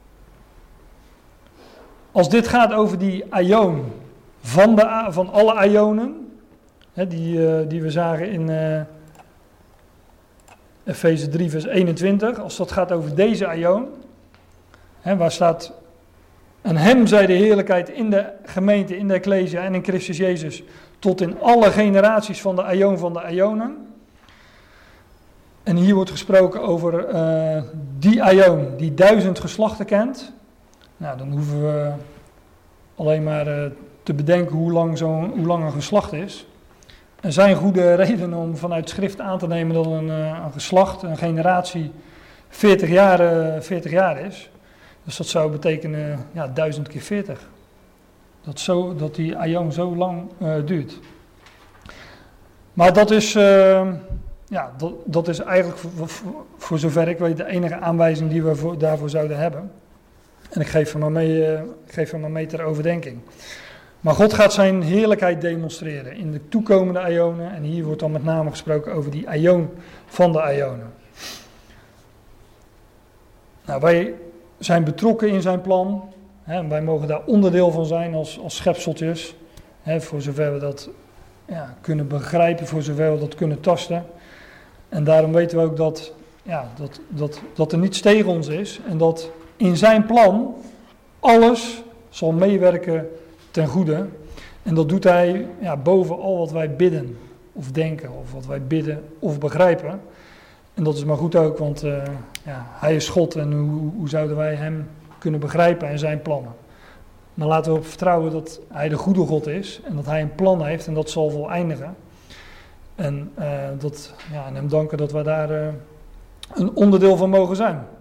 Als dit gaat over die Aion van, de, van alle Aionen, hè, die, uh, die we zagen in uh, Efeze drie vers eenentwintig, als dat gaat over deze Aion, hè, waar staat, en hem zij de heerlijkheid in de gemeente, in de ecclesia en in Christus Jezus, tot in alle generaties van de Aion van de Aionen. En hier wordt gesproken over uh, die Aion die duizend geslachten kent. Nou, dan hoeven we alleen maar uh, te bedenken hoe lang, zo'n, hoe lang een geslacht is. Er zijn goede redenen om vanuit schrift aan te nemen dat een, uh, een geslacht, een generatie, veertig jaar, uh, veertig jaar is. Dus dat zou betekenen ja, duizend keer veertig. Dat, zo, dat die Aion zo lang uh, duurt. Maar dat is, uh, ja, dat, dat is eigenlijk voor, voor, voor zover ik weet de enige aanwijzing die we voor, daarvoor zouden hebben. En ik geef hem maar mee, uh, ik geef hem maar mee ter overdenking. Maar God gaat zijn heerlijkheid demonstreren in de toekomende Aionen. En hier wordt dan met name gesproken over die Aion van de Aionen. Nou, wij zijn betrokken in zijn plan. Hè, wij mogen daar onderdeel van zijn als, als schepseltjes. Hè, voor zover we dat ja, kunnen begrijpen, voor zover we dat kunnen tasten. En daarom weten we ook dat, ja, dat, dat, dat er niets tegen ons is. En dat in zijn plan alles zal meewerken ten goede. En dat doet hij ja, boven al wat wij bidden of denken. Of wat wij bidden of begrijpen. En dat is maar goed ook, want uh, ja, hij is God en hoe, hoe zouden wij hem kunnen begrijpen en zijn plannen. Maar laten we op vertrouwen dat hij de goede God is en dat hij een plan heeft en dat zal voleindigen. En uh, dat, ja, en hem danken dat we daar uh, een onderdeel van mogen zijn.